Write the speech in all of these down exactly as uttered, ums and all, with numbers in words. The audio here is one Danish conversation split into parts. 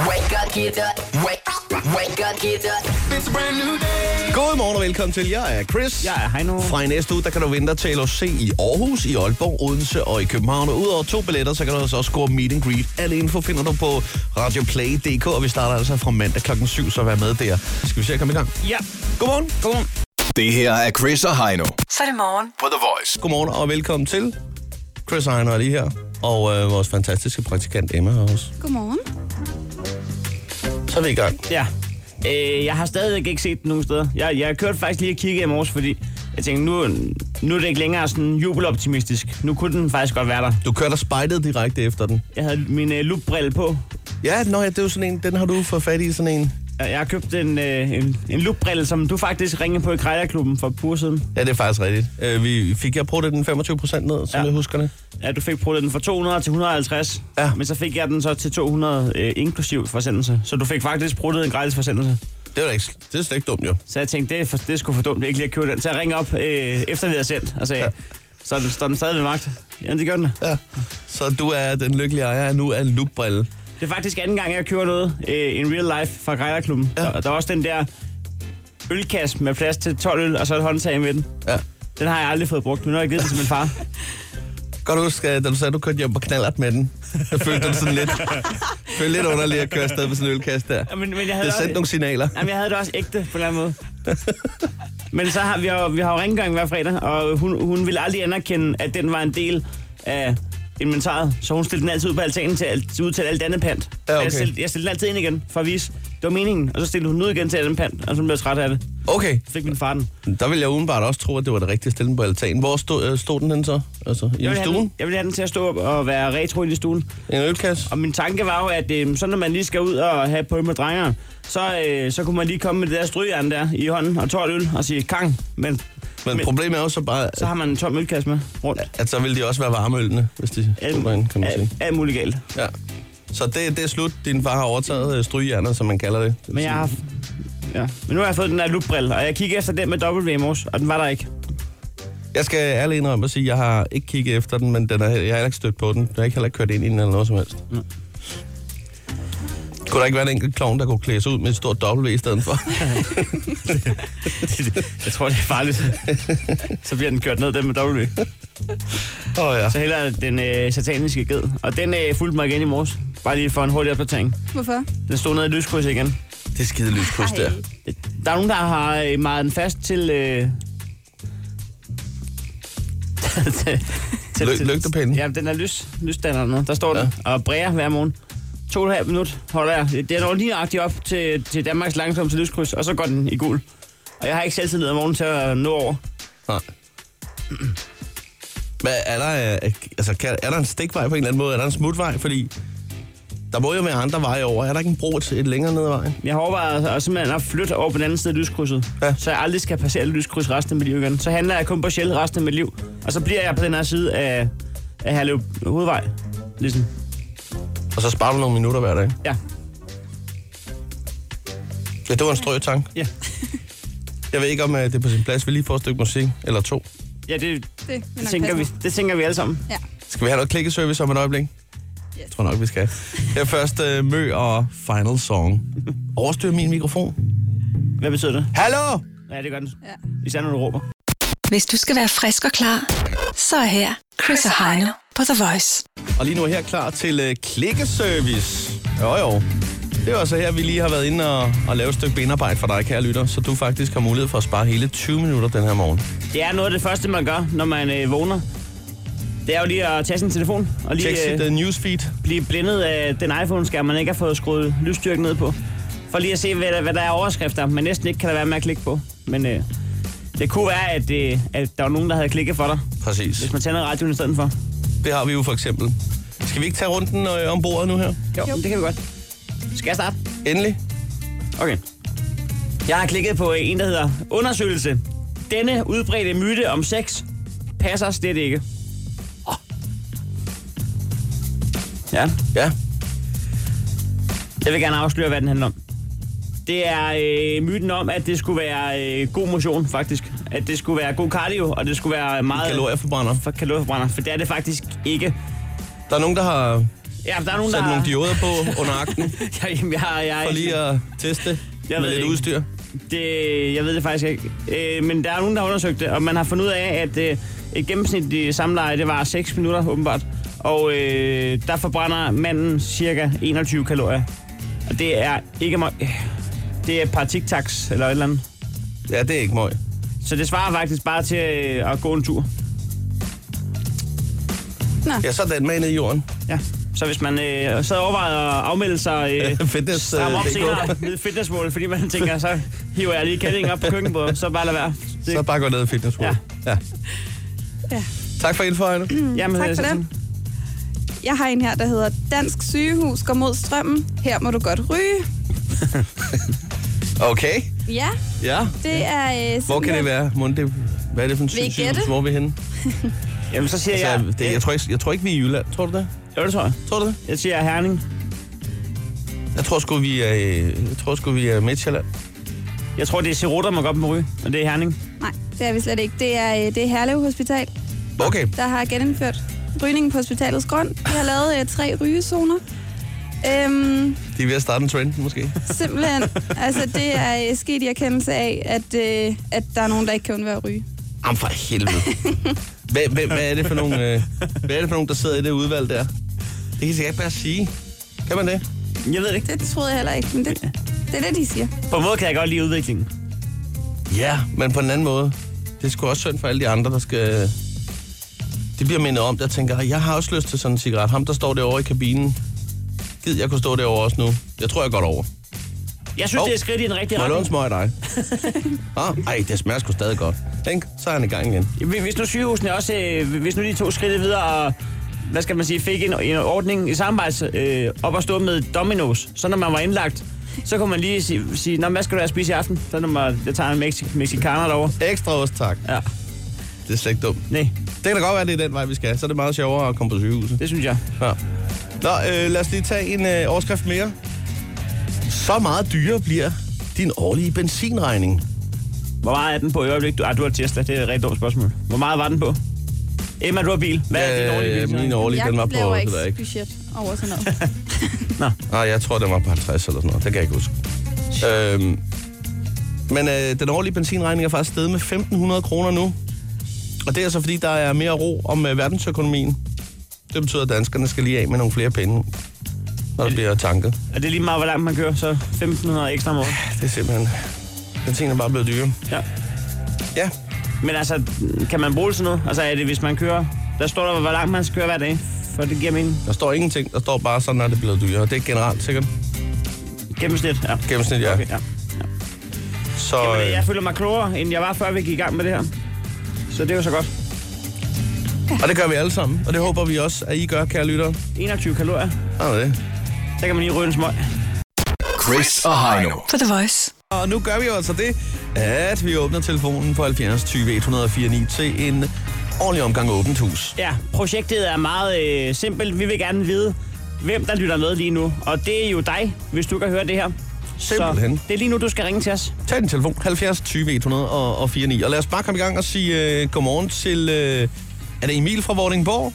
Wake up, get up. Wake, wake up, get up. It's a brand new day. Godmorgen og velkommen til. Jeg er Chris. Jeg er Heino. Fra i næste uge, der kan du vinde til L O C i Aarhus, i Aalborg, Odense og i København. Og udover to billetter, så kan du også score meet and greet. Alle info finder du på radioplay punktum d k, og vi starter altså fra mandag klokken syv, så vær med der. Skal vi se at komme i gang? Ja. Godmorgen. Godmorgen. Det her er Chris og Heino Så er det morgen. på The Voice. Godmorgen og velkommen til. Chris og Heino er lige her, og øh, vores fantastiske praktikant Emma her også. Godmorgen. Så er vi i gang. Ja. Øh, jeg har stadig ikke set den nogen steder. Jeg, jeg kørte faktisk lige at kigge i morges, fordi jeg tænkte, nu, nu er det ikke længere sådan jubeloptimistisk. Nu kunne den faktisk godt være der. Du kørte og spejdede direkte efter den. Jeg havde min øh, loopbrille på. Ja, nå, ja, det er jo sådan en, den har du fået fat i, sådan en. Jeg har købt en, øh, en, en loopbrille, som du faktisk ringede på i Krejlerklubben for et par uger siden. Ja, det er faktisk rigtigt. Øh, vi fik jeg prøvet den femogtyve procent ned, som Ja. jeg husker det. Ja, du fik prøvet den fra to hundrede til et hundrede og halvtreds. Ja. Men så fik jeg den så til to hundrede øh, inklusiv forsendelse. Så du fik faktisk prøvet en gratis forsendelse. Det er, ikke, det er slet ikke dumt, jo. Så jeg tænkte, det er, for, det er sgu for dumt, jeg ikke lige at købe den. Så jeg ringer op, øh, efter vi havde sendt, og sagde, Ja. så den, står den stadig ved magt. Ja, det gør den. Ja. Så du er den lykkelige ejer nu af en loopbrille. Det er faktisk anden gang, jeg kører noget øh, in real life fra Krejlerklubben. Ja. Der, der er også den der ølkasse med plads til tolv øl, og så et håndtag med den. Ja. Den har jeg aldrig fået brugt, men nu har jeg givet den til min far. Godt huske, da du sagde, at du kørte hjem på knallert med den. Jeg følte det sådan lidt, følte lidt underligt at køre afsted med sådan en ølkasse der. Ja, men, men jeg havde Det sendte også, nogle signaler. jamen, jeg havde det også ægte på en eller anden måde. Men så har vi jo, vi har jo rengøring hver fredag, og hun, hun ville aldrig anerkende, at den var en del af inventaret. Så hun stillede den altid ud på altanen til, alt- ud til alt andet pant. Ja, okay. jeg, stillede, jeg stillede den altid ind igen, for at vise, det var meningen. Og så stillede hun den ud igen til andet pant, og så blev jeg træt af det. Okay, Så fik min far den. der ville jeg udenbart også tro, at det var det rigtige stilling på altanen. Hvor stod, øh, stod den hen så? Altså, i Jeg ville, have stuen? den, jeg ville have den til at stå op og være retro i stuen. En ølkasse? Og min tanke var jo, at øh, så når man lige skal ud og have på med drengere, så, øh, så kunne man lige komme med det der strygejern der i hånden og tolv øl og sige kang. Men, Men men problemet er jo så bare, så har man en tom ølkasse med rundt. at så ville de også være varmeølene, hvis de stod derinde, kan man sige. Alt, alt muligt galt. Ja. Så det, det er slut. Din far har overtaget øh, strygejernet, som man kalder det. Men jeg har... Ja. Men nu har jeg fået den der loopbrille, og jeg kiggede efter den med W i morges, og den var der ikke. Jeg skal ærligt indrømme at sige, at jeg har ikke kigget efter den, men den er, jeg har heller ikke stødt på den. Jeg har ikke heller ikke kørt ind i den eller noget som helst. Mm. Kunne der ikke være en enkelt klovn, der kunne klæde sig ud med et stort W i stedet for? Jeg tror, det er farligt. Så bliver den kørt ned, den med W. Åh oh, ja. Så hellere den øh, sataniske ged. Og den øh, fulgte mig igen i morges. Bare lige for en hurtig opdatering. Hvorfor? Den stod ned i lyskryds igen. Det er skide lyskryds der. Der er nogen, der har øh, meget den fast til... Øh, til, Ly- lygtepælen? Ja, den er lys, lysstander noget. Der står ja. den og bræger hver morgen. To og et halvt minut holder jeg. Det er nok lige nøjagtigt op til, til Danmarks langsomste lyskryds, og så går den i gul. Og jeg har ikke selv tid ned om morgenen til at nå over. Nej. Men er der, øh, altså, kan, er der en stikvej på en eller anden måde? Er der en smutvej? Fordi der må jo være andre veje over. Er der ikke en bro et, et længere ned ad vejen? Jeg har overvejet at simpelthen at flytte over på den anden side af lyskrydset, Ja. så jeg aldrig skal passere lyskryds resten af mit liv igen. Så handler jeg kun på Shell resten af mit liv, og så bliver jeg på den her side af, af Herlev Hovedvej. Ligesom. Og så sparer du nogle minutter hver dag. Ja. Ja, det var en strøtank. Ja. Jeg ved ikke, om uh, det er på sin plads. Vi lige får et stykke musik. Eller to. Ja, det, Det, det, tænker, vi, det tænker vi alle sammen. Ja. Skal vi have noget klikkeservice om et øjeblik? Yes. Jeg tror nok, vi skal. Her først uh, Mø og Final Song. Overstyr min mikrofon. Hvad betyder det? Hallo! Ja, det gør den. Ja. Især når du råber. Hvis du skal være frisk og klar, så er her Chris og Heino på The Voice. Og lige nu er jeg her klar til uh, klikkeservice. Jo jo. Det er også her, vi lige har været inde og, og lave et stykke benarbejde for dig, kære lytter, så du faktisk har mulighed for at spare hele tyve minutter den her morgen. Det er noget af det første, man gør, når man øh, vågner. Det er jo lige at tage sin telefon og Tjek lige sit øh, uh, newsfeed. blive blindet af den iPhone-skærm, man ikke har fået skruet lysstyrken ned på. For lige at se, hvad der, hvad der er overskrifter, man næsten ikke kan lade være med at klikke på. Men øh, det kunne være, at, øh, at der var nogen, der havde klikket for dig, Præcis. hvis man tænder radioen i stedet for. Det har vi jo for eksempel. Skal vi ikke tage runden øh, om bordet nu her? Jo, jo, det kan vi godt. Skal jeg starte? Endelig. Okay. Jeg har klikket på en, der hedder undersøgelse. Denne udbredte myte om sex passer slet ikke. Oh. Ja. Ja. Jeg vil gerne afsløre, hvad den handler om. Det er øh, myten om, at det skulle være øh, god motion, faktisk. At det skulle være god cardio, og det skulle være meget... Kalorieforbrænder. For kalorieforbrænder, for det er det faktisk ikke. Der er nogen, der har Ja, der er nogen, Sæt der nogle dioder på under akten, ja, jamen, jeg, jeg, jeg, for lige at teste Jeg med ved lidt ikke. udstyr. Det, jeg ved det faktisk ikke. Øh, men der er nogen, der har undersøgt det, og man har fundet ud af, at øh, et gennemsnitligt samleje, det var seks minutter åbenbart. Og øh, der forbrænder manden cirka enogtyve kalorier. Og det er ikke meget. Det er et par tic-tacs eller et eller andet. Ja, det er ikke møg. Så det svarer faktisk bare til øh, at gå en tur. Ja, så er den med ned i jorden. Ja. Så hvis man øh, så overvejer at afmelde sig øh, Fitness, stramme op øh, senere med fitnessmål, fordi man tænker, så hiver jeg lige kællingen op på køkkenbordet, så bare lad være. Det, Så bare gå ned i fitnessrådet. Ja. ja. Ja. Tak for info, Heino. jamen, Tak for øh, det. Jeg har en her, der hedder Dansk Sygehus går mod strømmen. Her må du godt ryge. Okay. Ja, Ja. det er... Øh, Hvor kan det være? Må det, hvad er det for en Vil I sygehus? gætte? Hvor er vi henne? Jamen, så siger Altså, jeg... det, jeg, tror ikke, jeg tror ikke, vi er i Jylland. Tror du det? Jo, det tror jeg. Tror du det? Jeg siger Herning. Jeg tror sgu, vi er, i- jeg tror sgu, vi er Midtjylland. Jeg tror, det er Sirutter, man godt må ryge, og det er Herning. Nej, det er vi slet ikke. Det er, øh, det er Herlev Hospital, Okay. der har genindført rygningen på hospitalets grund. De har lavet øh, tre rygezoner. Øhm, De er ved at starte en trend, måske. simpelthen. Altså, det er øh, sket i erkendelse af, at, øh, at der er nogen, der ikke kan undvære at ryge. Jamen for helvede. Hvad, hvad, hvad, er det for nogle, øh, hvad er det for nogen, der sidder i det udvalg der? Det kan jeg ikke bare sige. Kan man det? Jeg ved det ikke. Det, det troede jeg heller ikke, men det, det er det, de siger. På en måde kan jeg godt lide udviklingen. Ja, men på en anden måde. Det er sgu også synd for alle de andre, der skal... De bliver mindet om, der tænker, jeg har også lyst til sådan en cigaret. Ham, der står derovre i kabinen. Gid, jeg kunne stå derovre også nu. Jeg tror, jeg går over. Jeg synes, Hov. det er et skridt i den rigtige Må jeg låne retning. smøg af dig? ah, ej, det smager sgu stadig godt. Tænk, så er han i gang igen. Hvis nu sygehusene også... Øh, hvis nu de to skridt videre og... Hvad skal man sige? Fik en, en ordning i samarbejde øh, op og stå med Domino's. Så når man var indlagt, så kunne man lige sige... sige Nå, hvad skal du have at spise i aften? Så når man, jeg tager en mexi- mexikaner derovre. Ekstra ost, tak. Ja, Det er slet ikke dumt. nej, Det kan da godt være, det er den vej, vi skal. Så er det meget sjovere at komme på sygehuset. det synes jeg. Ja. Nå, øh, lad os lige tage en øh, overskrift mere. Så meget dyrere bliver din årlige benzinregning. Hvor meget er den på i øjeblikket? Du, ah, du har Tesla, det er et rigtig dumt spørgsmål. Hvor meget var den på? Emma, du har bil. Hvad er din årlige bil? Min årlige, den var Jeg på... laver Det ikke ved jeg ikke. budget over sådan noget. Nej, jeg tror, den var på halvtreds eller sådan noget. Det kan jeg ikke huske. Øhm, men øh, den årlige benzinregning er faktisk steget med femten hundrede kroner nu. Og det er altså, fordi der er mere ro om øh, verdensøkonomien. Det betyder, at danskerne skal lige af med nogle flere penge, når der bliver tanket. Er det lige meget, hvor langt man kører? Så femten hundrede ekstra om året. Det er simpelthen... Benzin er bare blevet dyre. Ja. Ja, Men altså, kan man bruge det sådan noget? Altså, er det, hvis man kører... Der står der, hvor langt man skal køre hver dag, for det giver mening. der står ingenting. Der står bare, sådan er det blevet dyrere. Det er generelt sikkert. Gennemsnit, ja. Gennemsnit, ja. Okay, ja. Så Jamen, øh, jeg føler mig klogere, end jeg var, før vi gik i gang med det her. Så det er jo så godt. og det gør vi alle sammen. Og det håber vi også, at I gør, kære lyttere. enogtyve kalorier. Sådan er det. Så kan man lige ryge en smøg. Chris og Heino. På The Voice. Og nu gør vi jo altså det, at vi åbner telefonen på halvfjerds tyve et nul fire ni til en ordentlig omgang åbent hus. Ja, projektet er meget øh, simpelt. Vi vil gerne vide, hvem der lytter med lige nu. Og det er jo dig, hvis du kan høre det her. Simpelthen. Så det er lige nu, du skal ringe til os. Tag din telefon, halvfjerds tyve et nul fire ni. Og lad os bare komme i gang og sige uh, godmorgen til... Uh, er det Emil fra Vordingborg?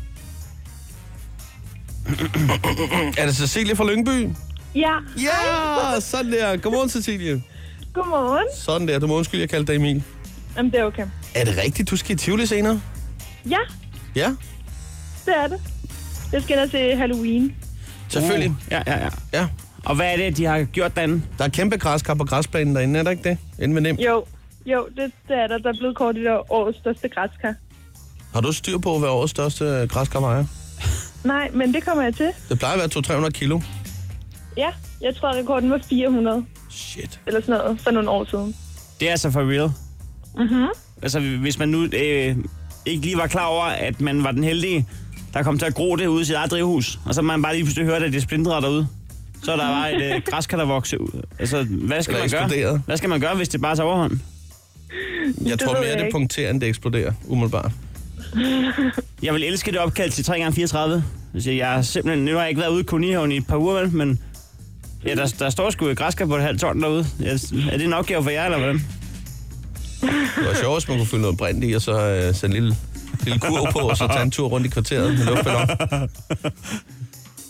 Er det Cecilie fra Lyngby? Ja, Ja, sådan der. Godmorgen, Cecilie. godmorgen. Sådan der. Du må undskylde, jeg kaldte dig Emil. Jamen, det er okay. Er det rigtigt, du skal i Tivoli senere? Ja, Ja, det er det. Jeg skal da til Halloween. selvfølgelig. Uh, ja, ja, ja. Ja. Og hvad er det, de har gjort derinde? Der er kæmpe græskar på græsplænen derinde, er der ikke det? Inden med nem. Jo, jo, det, det er der. Der er blevet kort i der årets største græskar. Har du styr på, hvad årets største græskar vejer? Nej, men det kommer jeg til. Det plejer at være to til tre hundrede kilo. Ja, jeg tror, rekorden var fire hundrede. Shit. Eller sådan noget, for nogle år siden. Det er altså for real. Mhm. Altså, hvis man nu øh, ikke lige var klar over, at man var den heldige, der kom til at gro det ude i sit eget drivhus, og så man bare lige pludselig hørte, at det splindrede derude. Så er der bare et øh, græskar, der vokser ud. Altså, hvad skal Eller man gøre? eksploderet. Hvad skal man gøre, hvis det bare tager overhånd? Jeg Det tror ved mere, jeg det ikke. punkterer, end det eksploderer, umiddelbart. Jeg vil elske det opkald til tre gange fireogtredive. Altså, jeg har simpelthen, nu har jeg ikke været ude i kolonihaven i et par uger, vel, men ja, der, der står sgu et græskar på et halvt ton derude. Ja, er det en opgave for jer, eller hvordan? Det var sjovt, hvis man kunne fylde noget brint i, og så øh, sætte en lille, lille kurv på, og så tage en tur rundt i kvarteret med luftballon.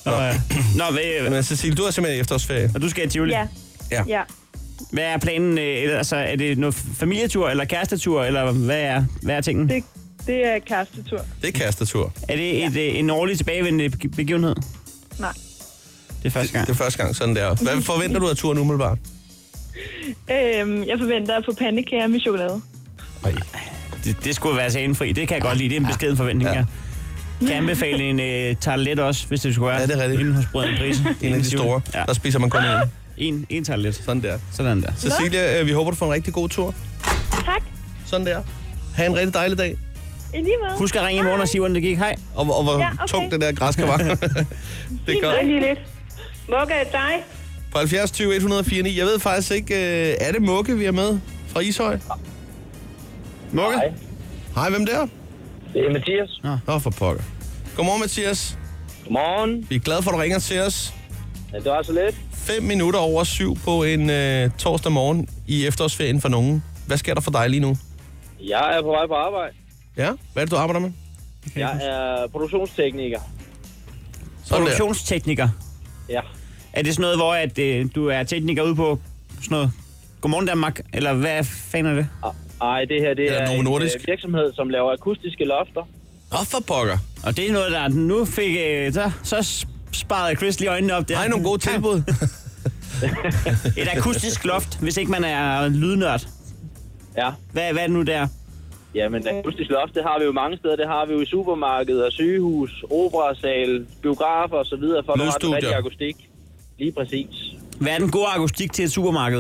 Nå, Nå hvad, Men Cecilie, du er simpelthen i efterårsferie. og du skal i Tivoli? Ja. Ja. Ja. Hvad er planen? øh, Altså, er det noget familietur eller kærestetur, eller hvad er, hvad er tingen? Det, det er kærestetur. Det er kærestetur. Er det et, øh, en årlig tilbagevendende be- begivenhed? Nej. Det er første gang. Det er første gang, sådan der. Hvad forventer du af turen umiddelbart? Øhm, jeg forventer at få pandekager med chokolade. Ej. Det, det skulle være sagenfri. Det kan jeg godt lide. Det er en beskeden forventning, ja. Kan anbefale en uh, tartelet også, hvis det skulle være. Ja, det er rigtigt. Inden hos Brødrene Pris. En af de store. Ja. Der spiser man kun en. En, en tartelet. Sådan der. Sådan der. Cecilia, øh, vi håber, du får en rigtig god tur. Tak. Sådan der. Ha' en rigtig dejlig dag. I lige måde. Husk at ringe i morgen og sige, hvordan det gik. Hej. Og, og hvor Ja, okay. tungt det der græsker var. Det er godt. Lige lidt. Mugge er dig. På halvfjerds tyve et nul fire ni. Jeg ved faktisk ikke, øh, er det Mugge, vi er med fra Ishøj? Mugge? Hej. Hej, hvem der? Det er Mathias. Åh, oh, for pokker. Godmorgen, Mathias. Godmorgen. Vi er glade for, at du ringer til os. Ja, det var så lidt. Fem minutter over syv på en øh, torsdag morgen i efterårsferien for nogen. Hvad sker der for dig lige nu? Jeg er på vej på arbejde. Ja, hvad er det, du arbejder med? Jeg er produktionstekniker. Sådan der. Produktionstekniker. Ja. Er det sådan noget, hvor at, øh, du er tekniker ude på sådan noget Godmorgen Danmark? Eller hvad fanden er det? Ej, det her det Er det er Novo en Nordisk? øh, virksomhed, som laver akustiske lofter. Åh, oh, for pokker. Og det er noget, der nu fik... Øh, så, så sparede Chris lige øjnene op der. Har I nogle gode tilbud? Et akustisk loft, hvis ikke man er lydnørd. Ja. Hvad, hvad er det nu der? Jamen, akustisk loft, det har vi jo mange steder. Det har vi jo i supermarkeder, sygehus, operasal, biografer osv. for at have den rigtige akustik. Lige præcis. Hvad er den gode akustik til et supermarked?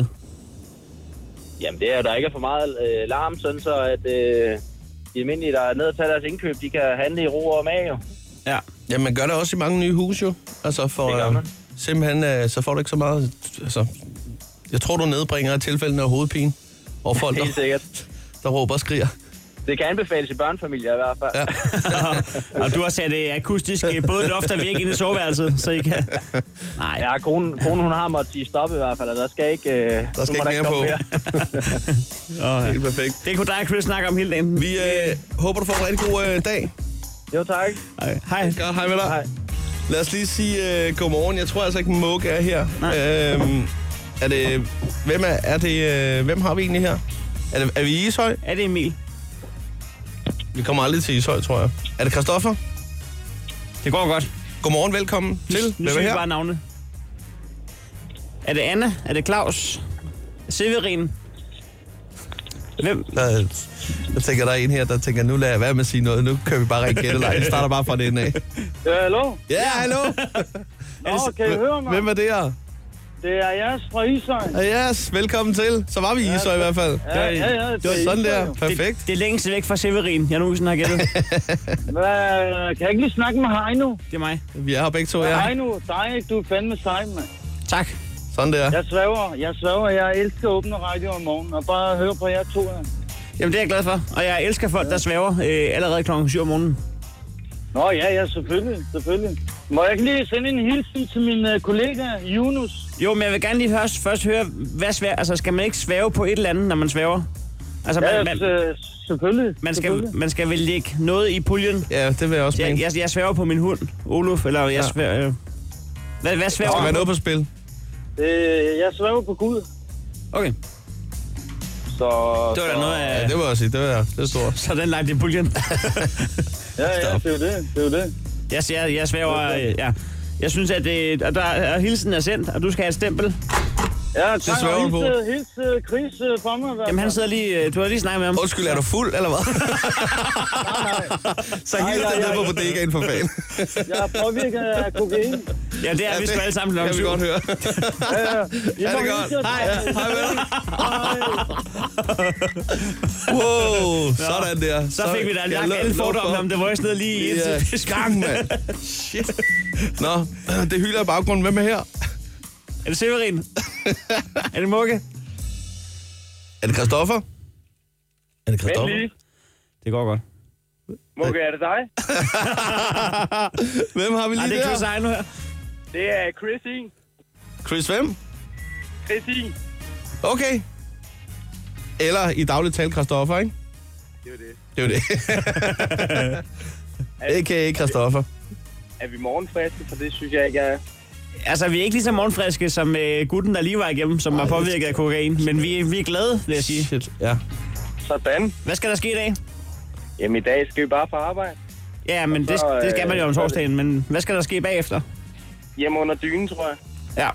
Jamen, det er jo, der ikke er for meget øh, larm, sådan så at øh, de almindelige, der er nede og tager deres indkøb, de kan handle i ro og mag jo. Ja. Ja, man gør det også i mange nye huse jo. Altså for, Det gør man. øh, simpelthen, øh, så får du ikke så meget... Altså, jeg tror, du nedbringer tilfældene af hovedpine over folk, Helt der, sikkert. der råber og skriger. Det kan anbefales i børnefamilier i hvert fald. Ja. Og du har sat det akustisk øh, både loft og væg ind i soveværelset, så I kan... Nej. Ja, konen, konen hun har måttet sige stop i hvert fald, og der skal ikke... Øh, Der skal ikke mere på. Oh, ja. Helt perfekt. Det kunne dig og Chris snakke om hele dagen. Vi øh, håber, du får en rigtig god øh, dag. Jo, tak. Okay. Hej. Godt, hej med dig. Hej. Lad os lige sige øh, godmorgen. Jeg tror altså ikke, Mugge er her. Nej. Øhm, er det... Hvem er, er det... Øh, hvem har vi egentlig her? Er, det, er vi i Ishøj? Er det Emil? Vi kommer aldrig til Ishøj, tror jeg. Er det Christoffer? Det går godt. Godmorgen, velkommen til. Nu Hvem er siger vi her? bare navne. Er det Anna? Er det Claus? Severin? Hvem? Der, jeg tænker, der er en her, der tænker, nu lader jeg være med at sige noget. Nu kører vi bare rigtig gættelej. Vi starter bare fra det ende af. Øh, hallo? Ja, hallo. Nå, kan I høre mig? Hvem er det her? Det er jeres fra Ishøj. Yes, velkommen til. Så var vi i Ishøj i hvert fald. Ja, ja, ja. Det var sådan der. Perfekt. Det, det er længst væk fra Severin, jeg nogensinde har gættet. Hvad, kan jeg ikke lige snakke med Heino? Det er mig. Vi er her begge to, Ja. ja. Heino, dig, du er fandme sej, mand. Tak. Sådan der. Jeg svæver, jeg svæver, jeg elsker at åbne radio om morgenen, og bare høre på jer to her. Jamen, det er jeg glad for. Og jeg elsker folk, der svæver øh, allerede klokken syv om morgenen. Nå ja, ja, selvfølgelig, selvfølgelig. Må jeg ikke lige sende en hilsen til min uh, kollega, Yunus? Jo, men jeg vil gerne lige høre, først høre, hvad svær... Altså, skal man ikke svæve på et eller andet, når man svæver? Altså, Ja, man, man, øh, selvfølgelig. man, skal, selvfølgelig. man skal vel lægge noget i puljen. Ja, det vil jeg også Jeg, mene. jeg, jeg svæver på min hund, Oluf, eller jeg Ja. svæver... Øh, hvad, hvad Der svæver skal være man noget på? på spil. Øh, jeg svæver på Gud, Okay, så... det var da så, noget Ja, af... det må jeg sige. Det var det er stort. Så den lagt i puljen. Ja, ja, det er jo det, det er jo det. jeg, jeg, jeg svæver... Øh, ja. Jeg synes, at, det, at der er, hilsen er sendt, og du skal have et stempel. Ja, tak, svæver og du på. hils, hils uh, Chris uh, for mig. i hvert Jamen, han fald. sidder lige... øh, Du har lige snakket med ham. Undskyld, er du fuld, eller hvad? Så Nej, hils nej, dig ned jeg- på bodegaen for fanden. Jeg er påvirket af kokain. Ja, det er vi sgu alle sammen kan klokken vi syv. godt høre. Ja, ja. I Er må det godt? hilse os. Hej. Hej med dig. Wow, sådan der. Så fik vi da jeg lagt lo- alle lov fordomme for- om The Voice ned lige i Ja, et gang, mand. Shit. Nå, det hylder i baggrunden. Hvem er her? Er det Severin? Er det Mugge? Er det Christoffer? Er det Christoffer? Vent lige. Det går godt. Mugge, er det dig? Hvem har vi Nej, lige det er Chris der? Ejno her. Det er Chris E. Chris hvem? Chris E. Okay. Eller i dagligt tale Christoffer, ikke? Det er jo det. Det er jo det. A K A Christoffer. er vi morgenfriske, for det synes jeg ikke er... Altså, vi er ikke lige så morgenfriske som øh, gutten, der lige var igennem, som var påvirket af kokain. Men vi, vi er glade, vil jeg sige. Shit, ja. Sådan. Hvad skal der ske i dag? Jamen, i dag skal vi bare på arbejde. Ja, men det, så, det skal man jo om torsdagen. Men hvad skal der ske bagefter? Hjemme under dynen, tror jeg. Ja.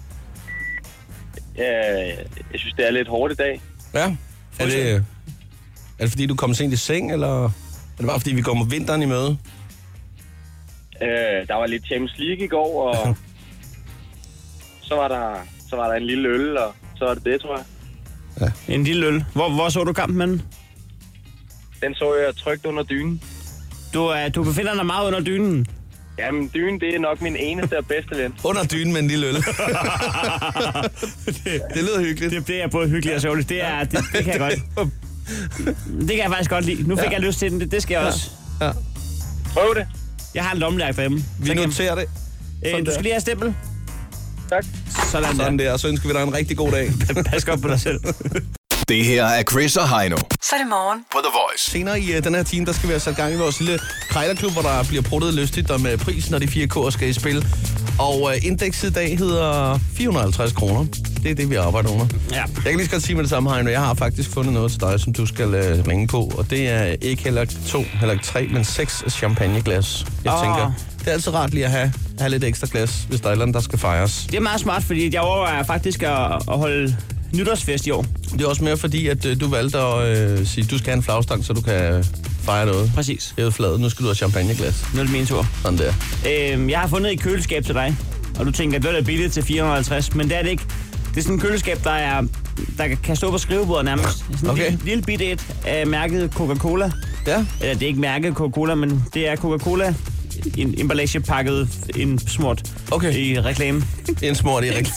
Ja, jeg synes, det er lidt hårdt i dag. Ja. Er det, er det fordi, du kom sent i seng, eller er det bare fordi, vi går med vinteren i møde? Øh, der var lidt Champions League i går, og så var der så var der en lille øl, og så var det det, tror jeg. Ja. En lille øl. Hvor, hvor så du kampen med den? Den så jeg trygt under dynen. Du, uh, du befinder dig meget under dynen. Jamen, dynen, det er nok min eneste og bedste ven. Under dynen med en lille øl. det, det lyder hyggeligt. Det, det er både hyggeligt og sørgeligt. Det, er, det, det kan jeg godt. Det kan jeg faktisk godt lide. Nu fik ja. jeg lyst til den. Det, det skal jeg ja. også. Ja. Prøv det. Jeg har en lommelærk derhjemme. Vi noterer det. Øh, du skal lige have stempel. Tak. Sådan, Sådan der. Og så ønsker vi dig en rigtig god dag. Pas godt på dig selv. Det her er Chris og Heino Så er det morgen. på The Voice. Senere i uh, den her time, der skal vi have sat gang i vores lille krejlerklub, hvor der bliver pruttet lystigt om uh, prisen, når de fire K'er skal i spil. Og uh, indekset i dag hedder fire hundrede og halvtreds kroner. Det er det, vi arbejder under. Ja. Jeg kan lige så godt sige med det samme, Heino. Jeg har faktisk fundet noget til dig, som du skal uh, ringe på. Og det er ikke heller to, heller tre, men seks champagneglas. Jeg oh. tænker, det er altid rart lige at have, have lidt ekstra glas, hvis der er et eller andet, der skal fejres. Det er meget smart, fordi jeg overvejer faktisk at, at holde nytårsfest i år. Det er også mere fordi, at øh, du valgte at øh, sige, at du skal have en flagstang, så du kan fejre noget. Præcis. Hævet fladet. Nu skal du have champagneglas. Nu er det min tur. Sådan der. Øhm, jeg har fundet et køleskab til dig, og du tænker, at det er billigt til fire hundrede og halvtreds, men det er det ikke. Det er sådan et køleskab, der, er, der kan stå på skrivebordet nærmest. Sådan Okay. en lille, lille bitte et af mærket Coca-Cola. Ja. Eller det er ikke mærket Coca-Cola, men det er Coca-Cola. En emballage pakket en smurt Okay. i reklame. En smurt i rigtig.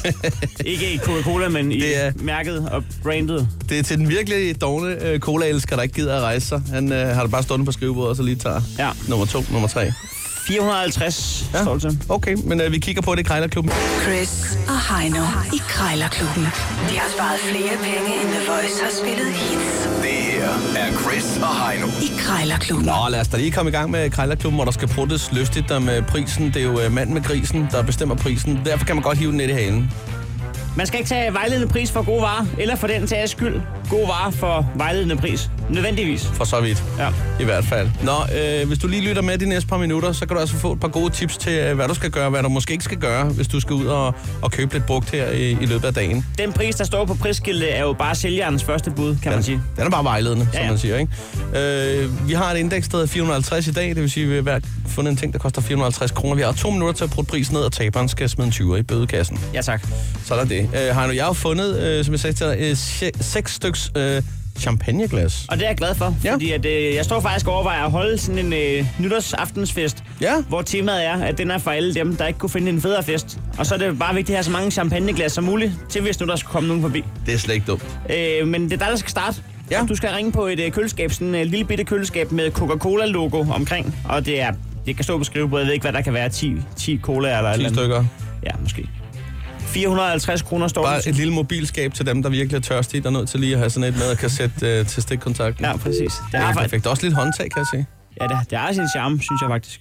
Ikke i Coca-Cola, men i Det er- mærket og brandet. Det er til den virkelig dogne øh, cola-elsker, der ikke gider at rejse sig. Han øh, har det bare stående på skrivebordet, og så lige tager Ja. nummer to, nummer tre. fire hundrede og halvtreds Ja. står det til. Okay, men øh, vi kigger på det i Krejlerklubben. Chris og Heino i Krejlerklubben. De har sparet flere penge, end The Voice har spillet hits Det her er Chris og Heino. i Krejlerklubben. Nå, lad os da lige komme i gang med Krejlerklubben, hvor der skal pruttes lystigt om øh, prisen. Det er jo øh, manden med grisen, der bestemmer prisen. Derfor kan man godt hive den ned i halen. Man skal ikke tage vejledende pris for gode varer, eller for den sags skyld gode varer for vejledende pris. Nødvendigvis. For så vidt. Ja. I hvert fald. Nå, øh, hvis du lige lytter med de næste par minutter, så kan du altså få et par gode tips til, øh, hvad du skal gøre, hvad du måske ikke skal gøre, hvis du skal ud og, og købe lidt brugt her i, i løbet af dagen. Den pris, der står på prisskiltet, er jo bare sælgerens første bud, kan man sige. Den er bare vejledende, Ja, som ja. man siger, ikke? Øh, vi har et indeks, der hedder fire hundrede og halvtreds i dag, det vil sige, at vi har fundet en ting, der koster fire hundrede og halvtreds kroner. Vi har to minutter til at putte prisen ned, og taberen skal smide en tyver i bødekassen. Ja, tak. Så er der det. Øh, Heino, jeg har jo fundet, øh, som jeg sagde til dig, øh, se- seks styks øh, champagneglas. Og det er jeg glad for, Ja. fordi at, øh, jeg står faktisk og overvejer at holde sådan en øh, nytårsaftensfest, Ja. hvor temaet er, at den er for alle dem, der ikke kunne finde en federe fest. Og så er det bare vigtigt at have så mange champagneglas som muligt, til hvis nu der skal komme nogen forbi. Det er slet ikke dumt. Øh, men det er dig, der skal starte. Ja. Og du skal ringe på et øh, køleskab, sådan et øh, lille bitte køleskab med Coca-Cola-logo omkring. Og det er, det kan stå på skrivebordet, jeg ved ikke, hvad der kan være, ti, ti cola eller ti eller stykker. Ja, måske. fire hundrede og halvtreds kroner står Bare det. et lille mobilskab til dem, der virkelig er tørstige, der er nødt til lige at have sådan et med at kan sætte øh, til stikkontakten. Ja, præcis. Det Det er, er faktisk, perfekt. Der er også lidt håndtag, kan jeg se. ja, det, det er sin charme, synes jeg faktisk.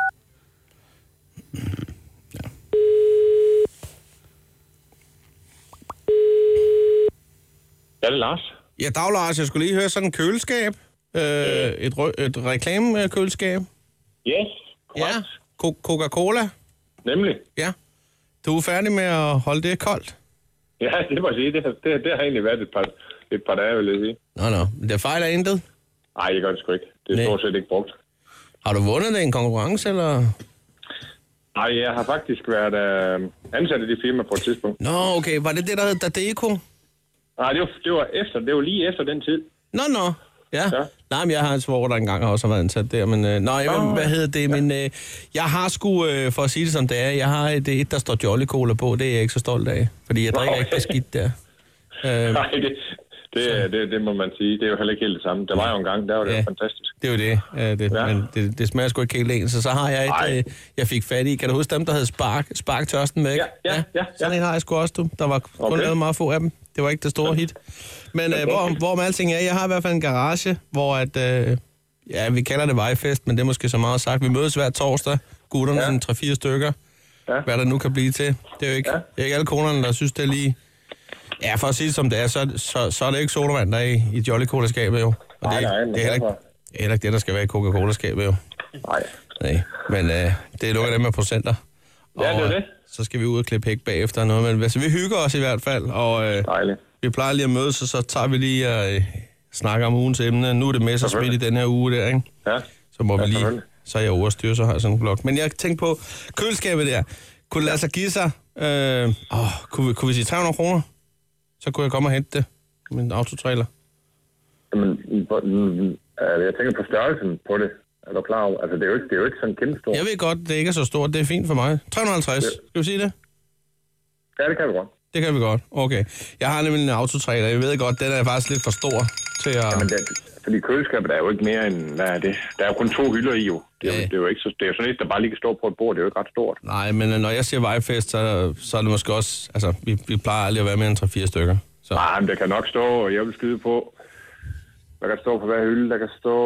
Er det Lars? Ja, dag Lars, jeg skulle lige høre sådan en køleskab. Øh, et, rø- et reklamekøleskab. Yes, Ja. Co- Coca-Cola. Nemlig. Ja. Du er færdig med at holde det koldt? Ja, det må jeg sige. Det, har- det, det har egentlig været et par, et par dage, vil jeg sige. Nå, nå. Men det fejler intet. Nej, jeg gør det sgu ikke. Det er Nej. stort set ikke brugt. Har du vundet det i en konkurrence, eller? Nej, jeg har faktisk været øh, ansat i det firma på et tidspunkt. Nå, okay. Var det det, der hed Dadeco? Nej, det var, det var efter. Det var lige efter den tid. Nå, nå. Ja. Ja. Nej, men jeg har en svoger, der engang også har været ansat der, men... Øh, nej, Nå, men, hvad hedder det? Men øh, jeg har sgu, øh, for at sige det som det er, jeg har et, et der står Jolly Cola på. Det er jeg ikke så stolt af, fordi jeg drikker Nå. ikke beskidt der. Øh, Nej, det, det, det, det må man sige. Det er jo heller ikke helt det samme. Der var jo en gang, der var det Ja. jo fantastisk. Det er jo det, øh, det Ja. men det, det smager sgu ikke helt ens. Så så har jeg Nej. et, øh, jeg fik fat i. Kan du huske dem, der hed Spark? Spark tørsten væk? Ja, ja, ja, Sådan ja. en har jeg sgu også, du. Der var kun Okay. lavet meget få af dem. Det var ikke det store hit. Men øh, hvor, hvor med alting er, jeg har i hvert fald en garage, hvor at, øh, ja, vi kalder det vejfest, men det er måske så meget sagt. Vi mødes hver torsdag gutterne, Ja. sådan tre-fire stykker. Ja. Hvad der nu kan blive til. Det er jo ikke, Ja. det er ikke alle konerne, der synes, det er lige... Ja, for at sige det som det er, så, så, så er det ikke sodavand, der er i, i Jolly Cola-skabet jo. Og Nej, det, er, nej, men det er heller ikke, hvorfor? det er heller ikke det, der skal være i Coca-Cola-skabet jo. Nej. Nej, men øh, det er lukket dem med procenter. Ja, det er og, det. øh, Så skal vi ud og klippe hæk bagefter og noget, men altså, vi hygger os i hvert fald, og øh, Dejligt. vi plejer lige at mødes, og så tager vi lige og øh, snakker om ugens emne. Nu er det med så smidt i den her uge der, ikke? Ja. Så må Ja, vi lige, selvfølgelig. så er jeg overstyr, så har jeg sådan en blok. Men jeg tænkte på, køleskabet der, kunne det lade sig give sig, øh, åh, kunne, vi, kunne vi sige tre hundrede kroner? Så kunne jeg komme og hente det med en autotrailer. Jamen, hvor- mm, øh, jeg tænker på størrelsen på det. Er du klar over? Altså, det er jo ikke, det er jo ikke sådan kæmpe stort. Jeg ved godt, det ikke er så stort, det er fint for mig. tre hundrede og halvtreds, skal vi sige det? Ja, det kan vi godt. Det kan vi godt, okay. Jeg har nemlig en autotrailer, jeg ved godt, den er faktisk lidt for stor til at... Jamen, det, fordi køleskabet er jo ikke mere end, hvad er det? Der er jo kun to hylder i jo. Det er, Ja. jo, det er jo ikke så, det er jo sådan et, der bare lige kan stå på et bord. Det er jo ikke ret stort. Nej, men øh, når jeg siger vejfest, så, så er det måske også... Altså, vi, vi plejer aldrig at være mere end tre-fire stykker. Så. Nej, men det kan nok stå, og jeg vil skyde på. Der kan stå på hver hylde, der kan stå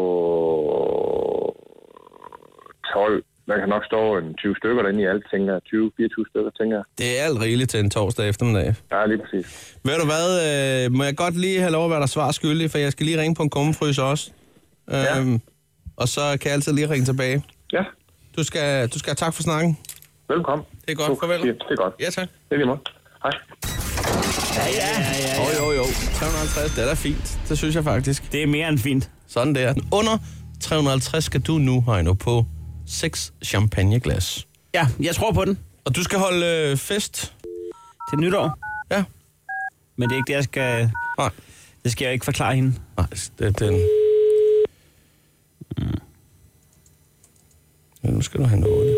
tolv. Der kan nok stå en tyve stykker derinde i alt, tænker jeg. tyve til fireogtyve stykker, tænker jeg. Det er alt rigeligt til en torsdag eftermiddag. Ja, lige præcis. Ved du hvad, øh, må jeg godt lige have lov at være der svar skyldig, for jeg skal lige ringe på en kummefryser også. Ja. Øhm, og så kan jeg altid lige ringe tilbage. Ja, Du skal, du skal have tak for snakken. velkommen. Det er godt, farvel. Det er godt. Ja, tak. Det er lige måde. Hej. Ja, ja, ja, Jo, jo, jo. tre hundrede og halvtreds, det er da fint. Det synes jeg faktisk. Det er mere end fint. Sådan der. Under tre hundrede og halvtreds skal du nu, Heino, på seks champagneglas. Ja, jeg tror på den. Og du skal holde øh, fest. Til nytår. Ja. Men det er ikke det, jeg skal... Nej. Det skal jeg ikke forklare hende. Nej, det er den... Ja, nu skal du have noget.